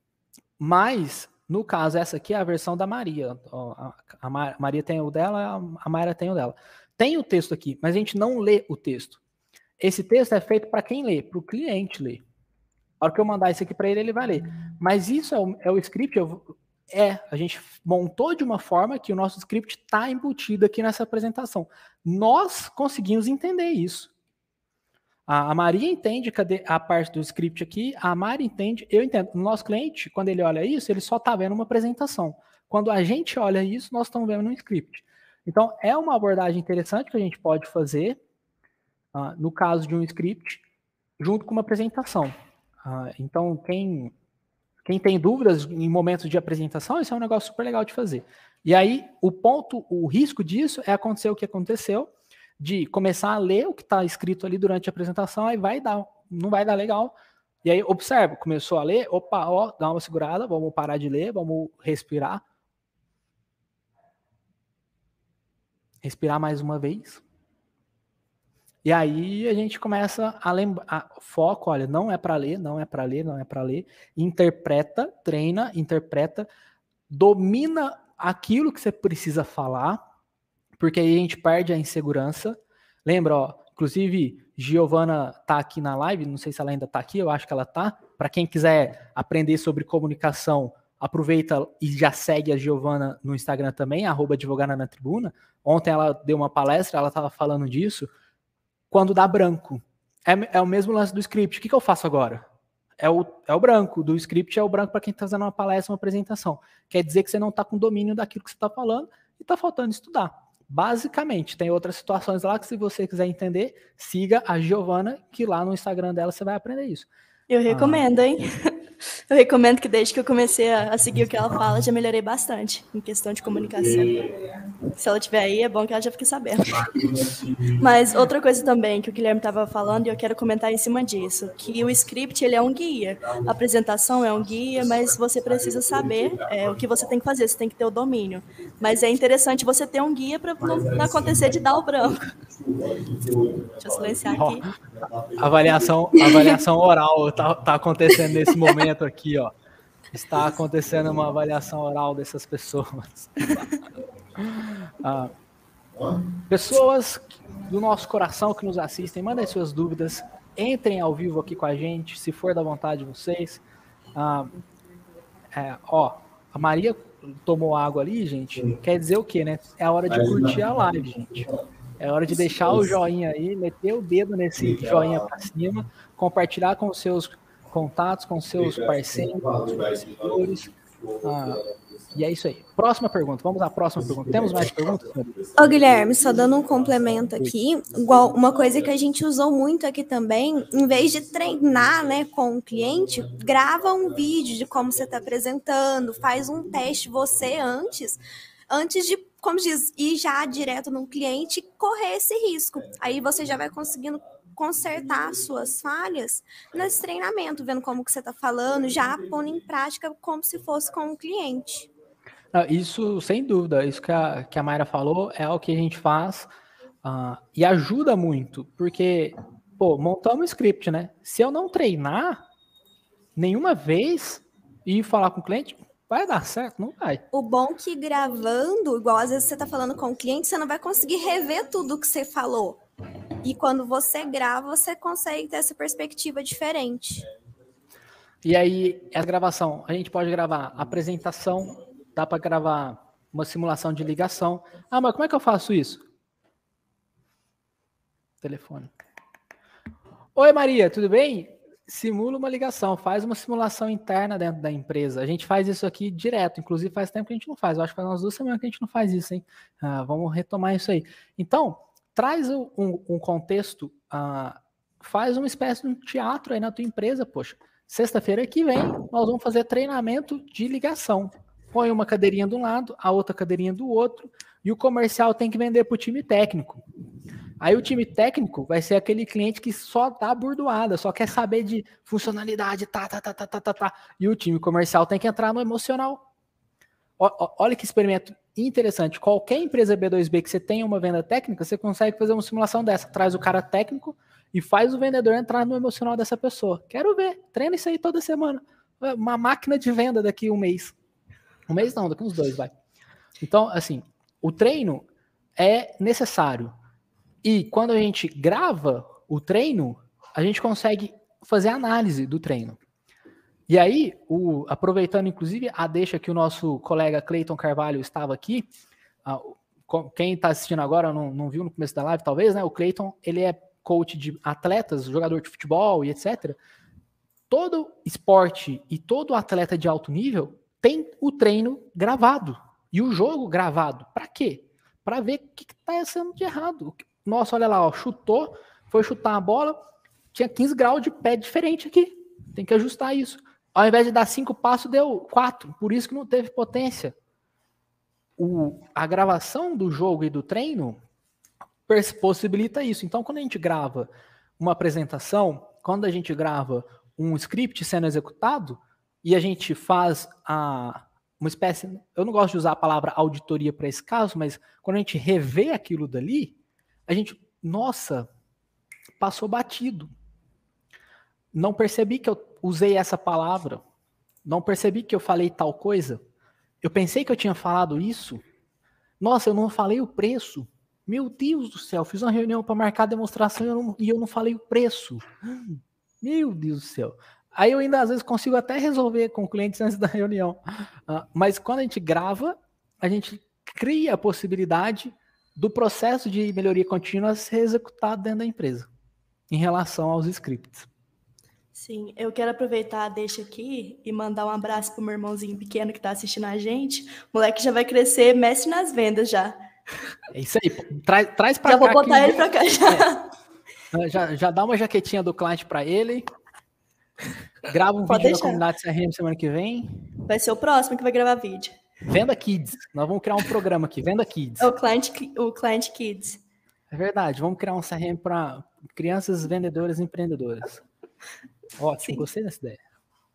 mas, no caso, essa aqui é a versão da Maria. Ó, a, a Maria tem o dela, a Mayra tem o dela. Tem o texto aqui, mas a gente não lê o texto. Esse texto é feito para quem lê, para o cliente ler. A hora que eu mandar isso aqui para ele, ele vai ler. Mas isso é o, é o script, eu, é, a gente montou de uma forma que o nosso script está embutido aqui nessa apresentação. Nós conseguimos entender isso. A, a Maria entende cadê a parte do script aqui, a Mari entende, eu entendo. O nosso cliente, quando ele olha isso, ele só está vendo uma apresentação. Quando a gente olha isso, nós estamos vendo um script. Então, é uma abordagem interessante que a gente pode fazer, uh, no caso de um script, junto com uma apresentação. Uh, então, quem, quem tem dúvidas em momentos de apresentação, isso é um negócio super legal de fazer. E aí, o ponto, o risco disso é acontecer o que aconteceu, de começar a ler o que está escrito ali durante a apresentação, aí vai dar, não vai dar legal. E aí, observa, começou a ler, opa, ó, dá uma segurada, vamos parar de ler, vamos respirar. Respirar mais uma vez. E aí a gente começa a lembrar, foco, olha, não é para ler, não é para ler, não é para ler. Interpreta, treina, interpreta, domina aquilo que você precisa falar, porque aí a gente perde a insegurança. Lembra, ó, inclusive, Giovana tá aqui na live, não sei se ela ainda tá aqui, eu acho que ela tá. Para quem quiser aprender sobre comunicação, aproveita e já segue a Giovana no Instagram também, arroba advogada na tribuna. Ontem ela deu uma palestra, ela estava falando disso. Quando dá branco, é, é o mesmo lance do script. O que, que eu faço agora? É o, é o branco, do script é o branco para quem está fazendo uma palestra, uma apresentação. Quer dizer que você não está com domínio daquilo que você está falando e está faltando estudar. Basicamente, tem outras situações lá que, se você quiser entender, siga a Giovana, que lá no Instagram dela você vai aprender isso. Eu recomendo, ah, hein? Eu recomendo que desde que eu comecei a seguir o que ela fala, já melhorei bastante em questão de comunicação. Se ela estiver aí, é bom que ela já fique sabendo. Mas outra coisa também que o Guilherme estava falando, e eu quero comentar em cima disso, que o script ele é um guia. A apresentação é um guia, mas você precisa saber é, o que você tem que fazer, você tem que ter o domínio. Mas é interessante você ter um guia para não acontecer de dar o branco. Deixa eu silenciar aqui. Ó, avaliação, avaliação oral está tá acontecendo nesse momento aqui, ó. Está acontecendo uma avaliação oral dessas pessoas. Ah, pessoas do nosso coração que nos assistem, mandem suas dúvidas, entrem ao vivo aqui com a gente, se for da vontade de vocês. Ah, é, ó, a Maria tomou água ali, gente, quer dizer o quê, né? É a hora de curtir a live, gente. É hora de deixar o joinha aí, meter o dedo nesse joinha para cima, compartilhar com os seus contatos, com os seus parceiros, com os seus seguidores. Ah, e é isso aí. Próxima pergunta. Vamos à próxima pergunta. Temos mais perguntas? Ô, Guilherme, só dando um complemento aqui, igual uma coisa que a gente usou muito aqui também, em vez de treinar, né, com o cliente, grava um vídeo de como você está apresentando, faz um teste você antes, antes de, como diz, ir já direto no cliente e correr esse risco. Aí você já vai conseguindo consertar as suas falhas nesse treinamento, vendo como que você está falando, já pondo em prática como se fosse com o cliente. Isso, sem dúvida, isso que a, que a Mayra falou é o que a gente faz uh, e ajuda muito, porque, pô, montamos um script, né? Se eu não treinar nenhuma vez e falar com o cliente, vai dar certo? Não vai. O bom é que gravando, igual às vezes você está falando com o cliente, você não vai conseguir rever tudo que você falou. E quando você grava, você consegue ter essa perspectiva diferente. E aí, a gravação, a gente pode gravar apresentação, dá para gravar uma simulação de ligação. Ah, mas como é que eu faço isso? Telefone. Oi, Maria, tudo bem? Simula uma ligação, faz uma simulação interna dentro da empresa. A gente faz isso aqui direto, inclusive faz tempo que a gente não faz. Eu acho que faz umas duas semanas que a gente não faz isso, hein? Ah, vamos retomar isso aí. Então, traz um, um contexto, uh, faz uma espécie de um teatro aí na tua empresa, poxa. Sexta-feira que vem, nós vamos fazer treinamento de ligação. Põe uma cadeirinha de um lado, a outra cadeirinha do outro, e o comercial tem que vender para o time técnico. Aí o time técnico vai ser aquele cliente que só dá burdoada, só quer saber de funcionalidade, tá, tá, tá, tá, tá, tá, tá. E o time comercial tem que entrar no emocional. O, o, olha que experimento interessante. Qualquer empresa B dois B que você tenha uma venda técnica, você consegue fazer uma simulação dessa. Traz o cara técnico e faz o vendedor entrar no emocional dessa pessoa. Quero ver. Treina isso aí toda semana. Uma máquina de venda daqui a um mês. Um mês não, daqui uns dois, vai. Então, assim, o treino é necessário. E quando a gente grava o treino, a gente consegue fazer análise do treino. E aí, o, aproveitando inclusive a deixa que o nosso colega Cleiton Carvalho estava aqui, uh, quem está assistindo agora não, não viu no começo da live, talvez, né? O Cleiton, ele é coach de atletas, jogador de futebol e etcétera. Todo esporte e todo atleta de alto nível tem o treino gravado e o jogo gravado. Para quê? Para ver o que está sendo de errado. Nossa, olha lá, ó, chutou, foi chutar a bola, tinha quinze graus de pé diferente aqui. Tem que ajustar isso. Ao invés de dar cinco passos, deu quatro. Por isso que não teve potência. O, a gravação do jogo e do treino possibilita isso. Então, quando a gente grava uma apresentação, quando a gente grava um script sendo executado, e a gente faz a, uma espécie... Eu não gosto de usar a palavra auditoria para esse caso, mas quando a gente revê aquilo dali, a gente... Nossa, passou batido. Não percebi que eu usei essa palavra. Não percebi que eu falei tal coisa. Eu pensei que eu tinha falado isso. Nossa, eu não falei o preço. Meu Deus do céu, fiz uma reunião para marcar a demonstração e eu, não, e eu não falei o preço. Meu Deus do céu. Aí eu ainda às vezes consigo até resolver com clientes antes da reunião. Uh, mas quando a gente grava, a gente cria a possibilidade do processo de melhoria contínua ser executado dentro da empresa, em relação aos scripts. Sim, eu quero aproveitar, deixa aqui e mandar um abraço pro meu irmãozinho pequeno que está assistindo a gente. O moleque já vai crescer, mestre nas vendas já. É isso aí, traz, traz para cá. Já vou botar ele para cá já. É, já. Já dá uma jaquetinha do cliente para ele. Grava um Pode vídeo deixar. da comunidade C R M semana que vem. Vai ser o próximo que vai gravar vídeo. Venda Kids. Nós vamos criar um programa aqui, Venda Kids. É o Client, o Client Kids. É verdade, vamos criar um C R M para crianças vendedoras e empreendedoras. Ótimo, Sim. gostei dessa ideia.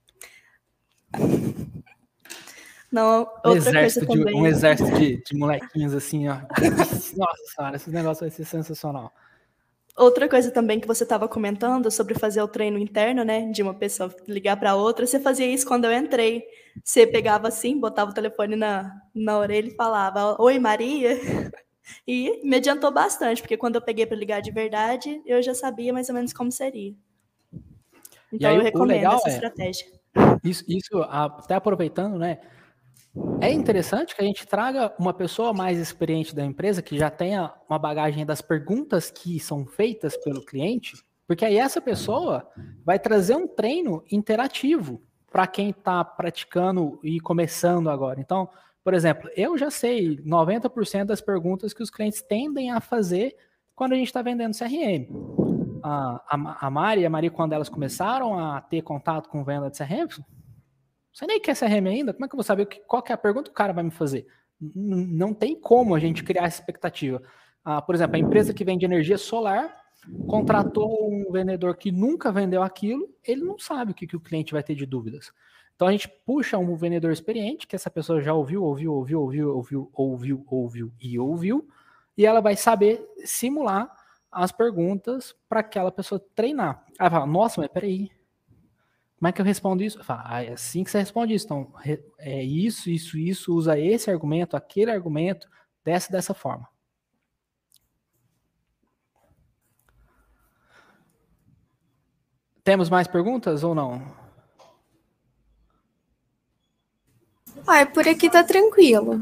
Não, Um outra exército, coisa de, também. um exército de, de molequinhos assim, ó. Nossa senhora, esse negócio vai ser sensacional. Outra coisa também que você estava comentando sobre fazer o treino interno, né? De uma pessoa ligar para outra. Você fazia isso quando eu entrei. Você pegava assim, botava o telefone na, na orelha e falava: Oi, Maria. E me adiantou bastante, porque quando eu peguei para ligar de verdade, eu já sabia mais ou menos como seria. Então aí, eu o recomendo legal essa é- estratégia. Isso, isso, até aproveitando, né? É interessante que a gente traga uma pessoa mais experiente da empresa, que já tenha uma bagagem das perguntas que são feitas pelo cliente, porque aí essa pessoa vai trazer um treino interativo para quem está praticando e começando agora. Então, por exemplo, eu já sei noventa por cento das perguntas que os clientes tendem a fazer quando a gente está vendendo C R M. A, a, a Mari e a Maria, quando elas começaram a ter contato com venda de C R M, você nem quer C R M ainda? Como é que eu vou saber que, qual que é a pergunta que o cara vai me fazer? N- Não tem como a gente criar essa expectativa. Ah, por exemplo, a empresa que vende energia solar contratou um vendedor que nunca vendeu aquilo, ele não sabe o que, que o cliente vai ter de dúvidas. Então a gente puxa um vendedor experiente, que essa pessoa já ouviu, ouviu, ouviu, ouviu, ouviu, ouviu, ouviu e ouviu, e ela vai saber simular as perguntas para aquela pessoa treinar. Aí ela fala, nossa, mas peraí, como é que eu respondo isso? Eu falo, ah, é assim que você responde isso. Então, é isso, isso, isso, usa esse argumento, aquele argumento, dessa, dessa forma. Temos mais perguntas ou não? Ah, por aqui tá tranquilo.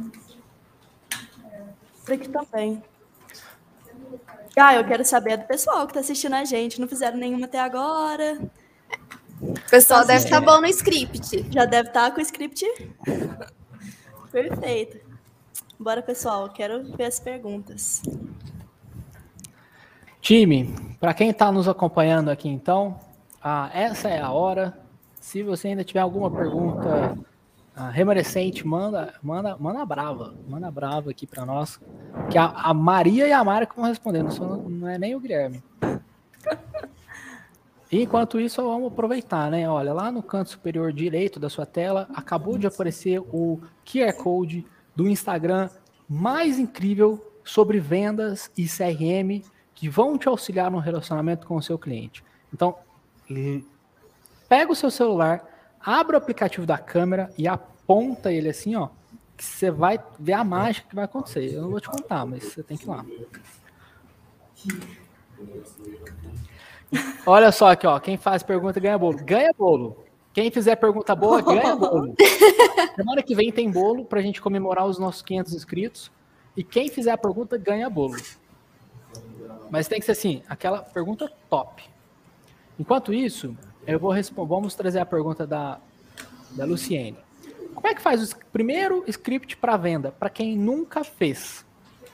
Por aqui também. Ah, eu quero saber do pessoal que tá assistindo a gente. Não fizeram nenhuma até agora. O pessoal Tá deve estar assistindo. bom no script. Já deve estar com o script perfeito. Bora, pessoal. Quero ver as perguntas. Time, para quem está nos acompanhando aqui então, ah, essa é a hora. Se você ainda tiver alguma pergunta ah, remanescente, manda, manda, manda brava, manda brava aqui para nós, que a, a Maria e a Mara que vão responder, não, sou, não é nem o Guilherme. Enquanto isso, vamos aproveitar, né? Olha, lá no canto superior direito da sua tela, acabou de aparecer o Q R Code do Instagram mais incrível sobre vendas e C R M que vão te auxiliar no relacionamento com o seu cliente. Então, pega o seu celular, abre o aplicativo da câmera e aponta ele assim, ó, que você vai ver a mágica que vai acontecer. Eu não vou te contar, mas você tem que ir lá. Olha só aqui, ó, quem faz pergunta ganha bolo. Ganha bolo. Quem fizer pergunta boa, ganha bolo. Semana que vem tem bolo pra gente comemorar os nossos quinhentos inscritos. E quem fizer a pergunta ganha bolo. Mas tem que ser assim, aquela pergunta top. Enquanto isso, eu vou responder. Vamos trazer a pergunta da, da Luciene. Como é que faz o primeiro script para venda? Para quem nunca fez.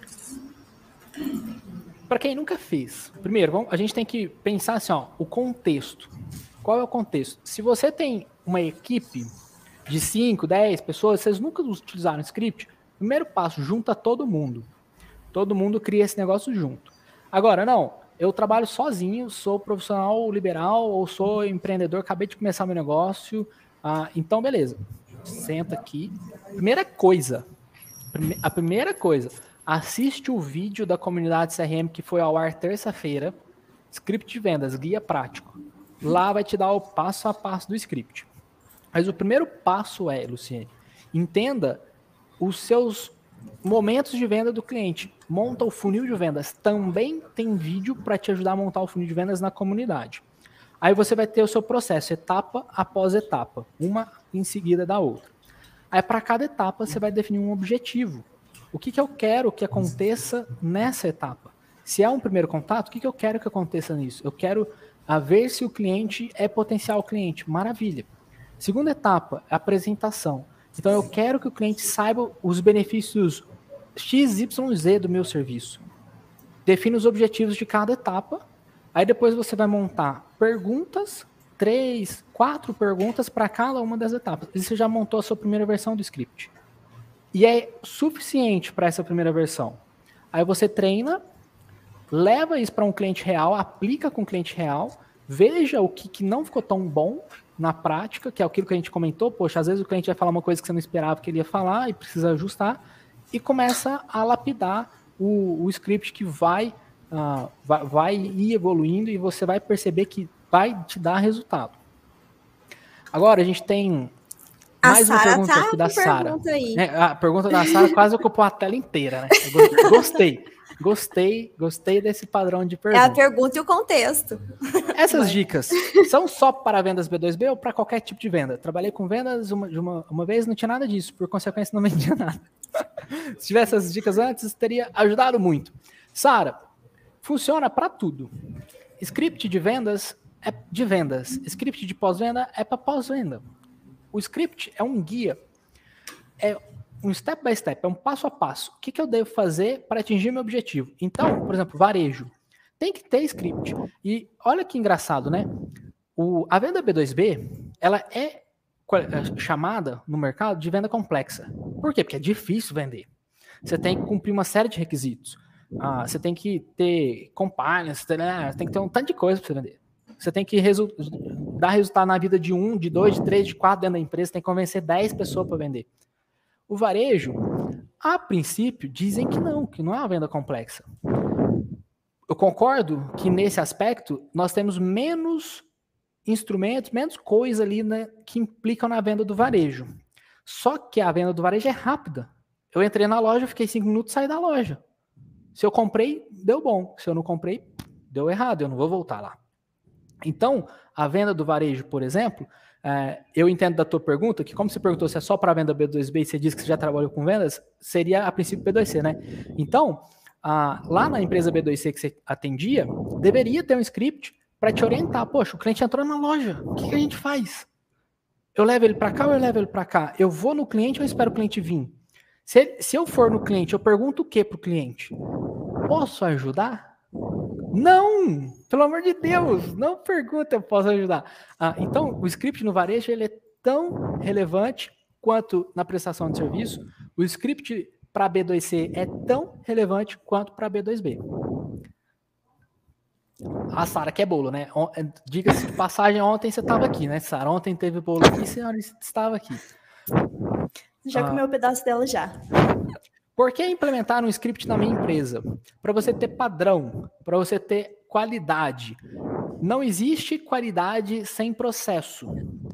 Para quem nunca fez. Primeiro, vamos, a gente tem que pensar assim, ó, o contexto. Qual é o contexto? Se você tem uma equipe de cinco, dez pessoas, vocês nunca utilizaram script, primeiro passo, junta todo mundo. Todo mundo cria esse negócio junto. Agora, não, eu trabalho sozinho, sou profissional liberal ou sou empreendedor, acabei de começar meu negócio, ah, então beleza. Senta aqui. Primeira coisa, a primeira coisa, assiste o vídeo da comunidade C R M que foi ao ar terça-feira, script de vendas, guia prático. Lá vai te dar o passo a passo do script. Mas o primeiro passo é, Luciene, entenda os seus momentos de venda do cliente. Monta o funil de vendas. Também tem vídeo para te ajudar a montar o funil de vendas na comunidade. Aí você vai ter o seu processo, etapa após etapa, uma em seguida da outra. Aí para cada etapa você vai definir um objetivo. O que, que eu quero que aconteça nessa etapa? Se é um primeiro contato, o que, que eu quero que aconteça nisso? Eu quero a ver se o cliente é potencial cliente. Maravilha. Segunda etapa, apresentação. Então eu quero que o cliente saiba os benefícios X Y Z do meu serviço. Define os objetivos de cada etapa. Aí depois você vai montar perguntas três, quatro perguntas para cada uma das etapas. E você já montou a sua primeira versão do script. E é suficiente para essa primeira versão. Aí você treina, leva isso para um cliente real, aplica com o cliente real, veja o que, que não ficou tão bom na prática, que é aquilo que a gente comentou. Poxa, às vezes o cliente vai falar uma coisa que você não esperava que ele ia falar e precisa ajustar, e começa a lapidar o, o script que vai, uh, vai, vai ir evoluindo e você vai perceber que vai te dar resultado. Agora a gente tem mais a uma Sarah pergunta tá aqui da Sarah. É, a pergunta da Sarah quase ocupou a tela inteira, né? Eu gostei, gostei, gostei desse padrão de pergunta. É a pergunta e o contexto. Essas Vai. dicas são só para vendas B dois B ou para qualquer tipo de venda? Trabalhei com vendas uma, de uma, uma vez, não tinha nada disso, por consequência não vendia nada. Se tivesse essas dicas antes, teria ajudado muito. Sarah, funciona para tudo. Script de vendas é de vendas. Script de pós-venda é para pós-venda. O script é um guia, é um step by step, é um passo a passo. O que, que eu devo fazer para atingir meu objetivo? Então, por exemplo, varejo. Tem que ter script. E olha que engraçado, né? O, a venda B dois B, ela é chamada no mercado de venda complexa. Por quê? Porque é difícil vender. Você tem que cumprir uma série de requisitos. Ah, você tem que ter compliance, né? Tem que ter um tanto de coisa para você vender. Você tem que resu- dar resultado na vida de um, de dois, de três, de quatro dentro da empresa. Você tem que convencer dez pessoas para vender. O varejo, a princípio, dizem que não, que não é uma venda complexa. Eu concordo que nesse aspecto nós temos menos instrumentos, menos coisa ali, né, que implicam na venda do varejo. Só que a venda do varejo é rápida. Eu entrei na loja, fiquei cinco minutos e saí da loja. Se eu comprei, deu bom. Se eu não comprei, deu errado. Eu não vou voltar lá. Então, a venda do varejo, por exemplo, é, eu entendo da tua pergunta que, como você perguntou se é só para a venda B dois B e você disse que você já trabalhou com vendas, seria a princípio B dois C, né? Então, a, lá na empresa B dois C que você atendia, deveria ter um script para te orientar. Poxa, o cliente entrou na loja, o que, que a gente faz? Eu levo ele para cá ou eu levo ele para cá? Eu vou no cliente ou eu espero o cliente vir? Se, ele, se eu for no cliente, eu pergunto o que para o cliente? Posso ajudar? Não! Pelo amor de Deus, não pergunta, eu posso ajudar. Ah, então, o script no varejo ele é tão relevante quanto na prestação de serviço. O script para B dois C é tão relevante quanto para B dois B. A Sarah quer bolo, né? Diga-se de passagem, ontem você estava aqui, né, Sarah? Ontem teve bolo aqui, senhora estava aqui. Já ah, comeu um pedaço dela já. Por que implementar um script na minha empresa? Para você ter padrão, para você ter qualidade. Não existe qualidade sem processo.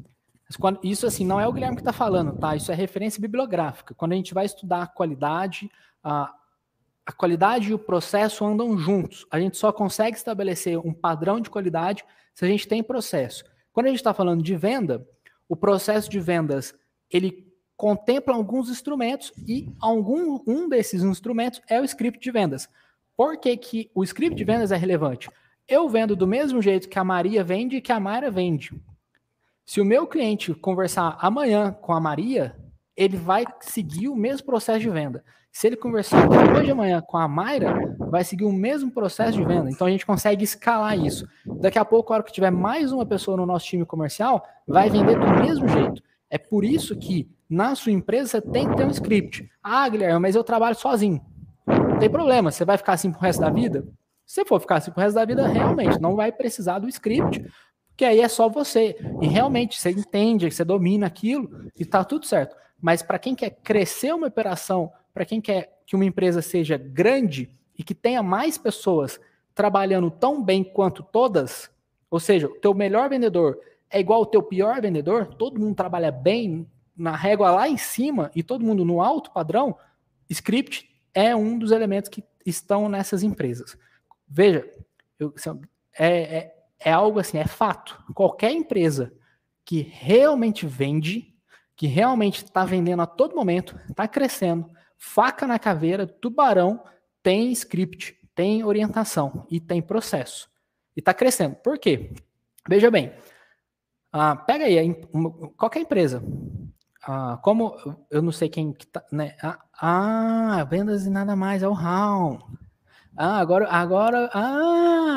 Isso, assim, não é o Guilherme que está falando, tá? Isso é referência bibliográfica. Quando a gente vai estudar a qualidade, a, a qualidade e o processo andam juntos. A gente só consegue estabelecer um padrão de qualidade se a gente tem processo. Quando a gente está falando de venda, o processo de vendas, ele contempla alguns instrumentos e algum, um desses instrumentos é o script de vendas. Por que, que o script de vendas é relevante? Eu vendo do mesmo jeito que a Maria vende e que a Mayra vende. Se o meu cliente conversar amanhã com a Maria, ele vai seguir o mesmo processo de venda. Se ele conversar depois de amanhã com a Mayra, vai seguir o mesmo processo de venda. Então a gente consegue escalar isso. Daqui a pouco, a hora que tiver mais uma pessoa no nosso time comercial, vai vender do mesmo jeito. É por isso que na sua empresa você tem que ter um script. Ah, Guilherme, mas eu trabalho sozinho. Não tem problema, você vai ficar assim pro resto da vida? Se você for ficar assim pro resto da vida, realmente não vai precisar do script, porque aí é só você. E realmente você entende, você domina aquilo e tá tudo certo. Mas para quem quer crescer uma operação, para quem quer que uma empresa seja grande e que tenha mais pessoas trabalhando tão bem quanto todas, ou seja, o teu melhor vendedor é igual ao teu pior vendedor, todo mundo trabalha bem, na régua lá em cima e todo mundo no alto padrão, script é um dos elementos que estão nessas empresas. Veja, eu, é, é, é algo assim, é fato. Qualquer empresa que realmente vende, que realmente está vendendo a todo momento, está crescendo, faca na caveira, tubarão, tem script, tem orientação e tem processo. E está crescendo. Por quê? Veja bem, ah, pega aí, qualquer empresa. Ah, como eu não sei quem que tá, né? Ah, ah, vendas e nada mais, é o Raul. Ah, agora, agora, ah,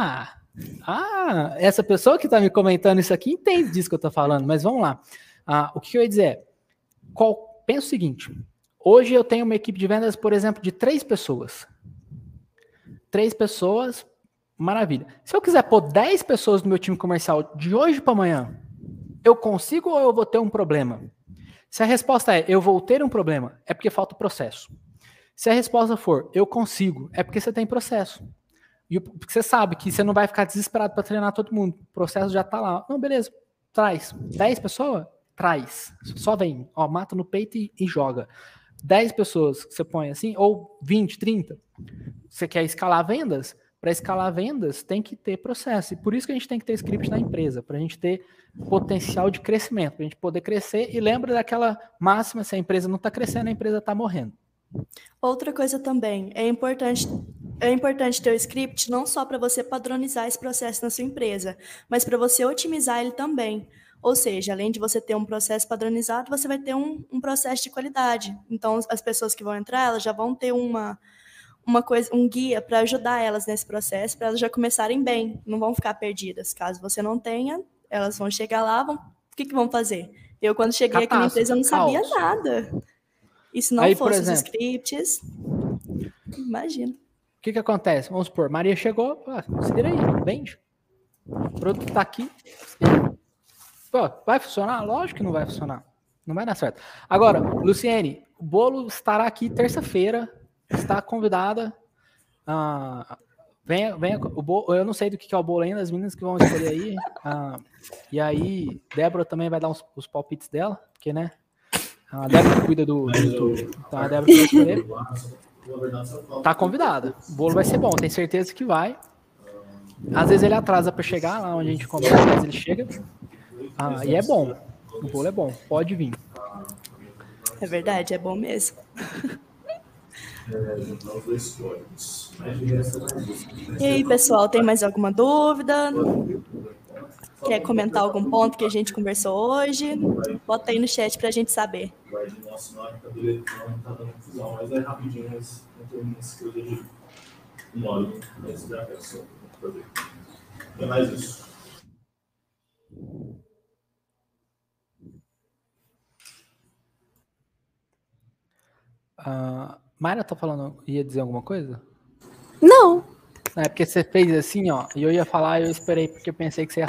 Ah, essa pessoa que está me comentando isso aqui entende disso que eu estou falando, mas vamos lá. Ah, o que eu ia dizer é, qual, pensa o seguinte, hoje eu tenho uma equipe de vendas, por exemplo, de três pessoas. Três pessoas, maravilha. Se eu quiser pôr dez pessoas no meu time comercial de hoje para amanhã, eu consigo ou eu vou ter um problema? Se a resposta é, eu vou ter um problema, é porque falta o processo. Se a resposta for, eu consigo, é porque você tem processo. E porque você sabe que você não vai ficar desesperado para treinar todo mundo. O processo já está lá. Não, beleza, traz. dez pessoas? Traz. Só vem. Ó, mata no peito e, e joga. dez pessoas que você põe assim, ou vinte, trinta. Você quer escalar vendas? Para escalar vendas, tem que ter processo. E por isso que a gente tem que ter script na empresa, para a gente ter potencial de crescimento, para a gente poder crescer. E lembra daquela máxima, se a empresa não está crescendo, a empresa está morrendo. Outra coisa também, é importante, é importante ter o script não só para você padronizar esse processo na sua empresa, mas para você otimizar ele também. Ou seja, além de você ter um processo padronizado, você vai ter um, um processo de qualidade. Então, as pessoas que vão entrar, elas já vão ter uma, uma coisa, um guia para ajudar elas nesse processo, para elas já começarem bem, não vão ficar perdidas. Caso você não tenha, elas vão chegar lá, vão, o que, que vão fazer? Eu, quando cheguei aqui na empresa, eu não sabia caos. nada. E se não Aí, fosse exemplo, os scripts, imagina. O que que acontece? Vamos supor, Maria chegou, ah, se vira aí, vende. O produto tá aqui. Pô, vai funcionar? Lógico que não vai funcionar. Não vai dar certo. Agora, Luciene, o bolo estará aqui terça-feira, está convidada. Ah, venha, venha, o bolo, eu não sei do que é o bolo ainda, as meninas que vão escolher aí. Ah, e aí, Débora também vai dar uns, os palpites dela, porque, né? A Débora cuida do, do YouTube. Então a Débora vai escolher. Tá convidada. O bolo vai ser bom, tenho certeza que vai. Às vezes ele atrasa para chegar lá onde a gente começa, mas ele chega. Ah, e é bom. O bolo é bom, pode vir. É verdade, é bom mesmo. E aí, pessoal, tem mais alguma dúvida? Quer comentar algum ponto que a gente conversou hoje? Bota aí no chat para a gente saber. É mais isso. Uh, Mayra tá falando, ia dizer alguma coisa? Não. É porque você fez assim, ó, e eu ia falar e eu esperei porque eu pensei que você ia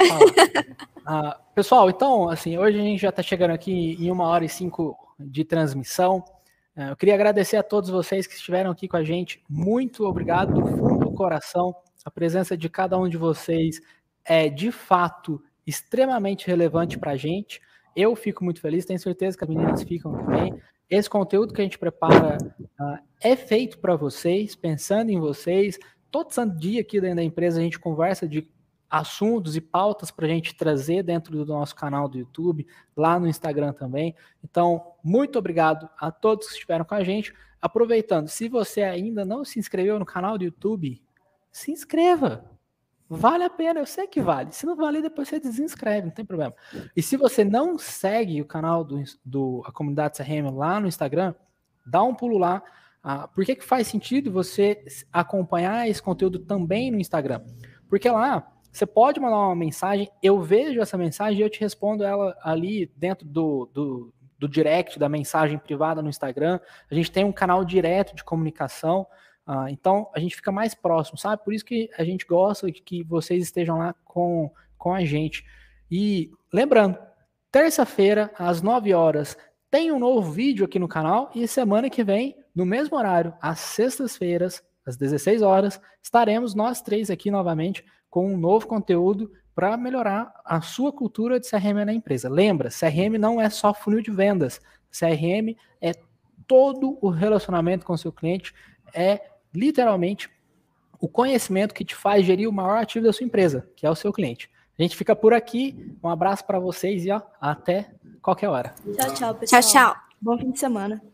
falar. uh, pessoal, então, assim, hoje a gente já tá chegando aqui em uma hora e cinco de transmissão. Uh, eu queria agradecer a todos vocês que estiveram aqui com a gente. Muito obrigado do fundo do coração. A presença de cada um de vocês é, de fato, extremamente relevante pra gente. Eu fico muito feliz, tenho certeza que as meninas ficam também. Esse conteúdo que a gente prepara uh, é feito para vocês, pensando em vocês. Todo santo dia aqui dentro da empresa a gente conversa de assuntos e pautas para a gente trazer dentro do nosso canal do YouTube, lá no Instagram também. Então, muito obrigado a todos que estiveram com a gente. Aproveitando, se você ainda não se inscreveu no canal do YouTube, se inscreva. Vale a pena, eu sei que vale. Se não vale, depois você desinscreve, não tem problema. E se você não segue o canal do, do a comunidade C R M lá no Instagram, dá um pulo lá. Ah, por que que faz sentido você acompanhar esse conteúdo também no Instagram? Porque lá você pode mandar uma mensagem, eu vejo essa mensagem e eu te respondo ela ali dentro do, do, do direct, da mensagem privada no Instagram. A gente tem um canal direto de comunicação. Ah, então, a gente fica mais próximo, sabe? Por isso que a gente gosta de que vocês estejam lá com, com a gente. E lembrando, terça-feira, às nove horas, tem um novo vídeo aqui no canal e semana que vem, no mesmo horário, às sextas-feiras, às dezesseis horas, estaremos nós três aqui novamente com um novo conteúdo para melhorar a sua cultura de C R M na empresa. Lembra, C R M não é só funil de vendas. C R M é todo o relacionamento com o seu cliente, é literalmente o conhecimento que te faz gerir o maior ativo da sua empresa, que é o seu cliente. A gente fica por aqui. Um abraço para vocês e ó, até qualquer hora. Tchau, tchau, pessoal. Tchau, tchau. Bom fim de semana.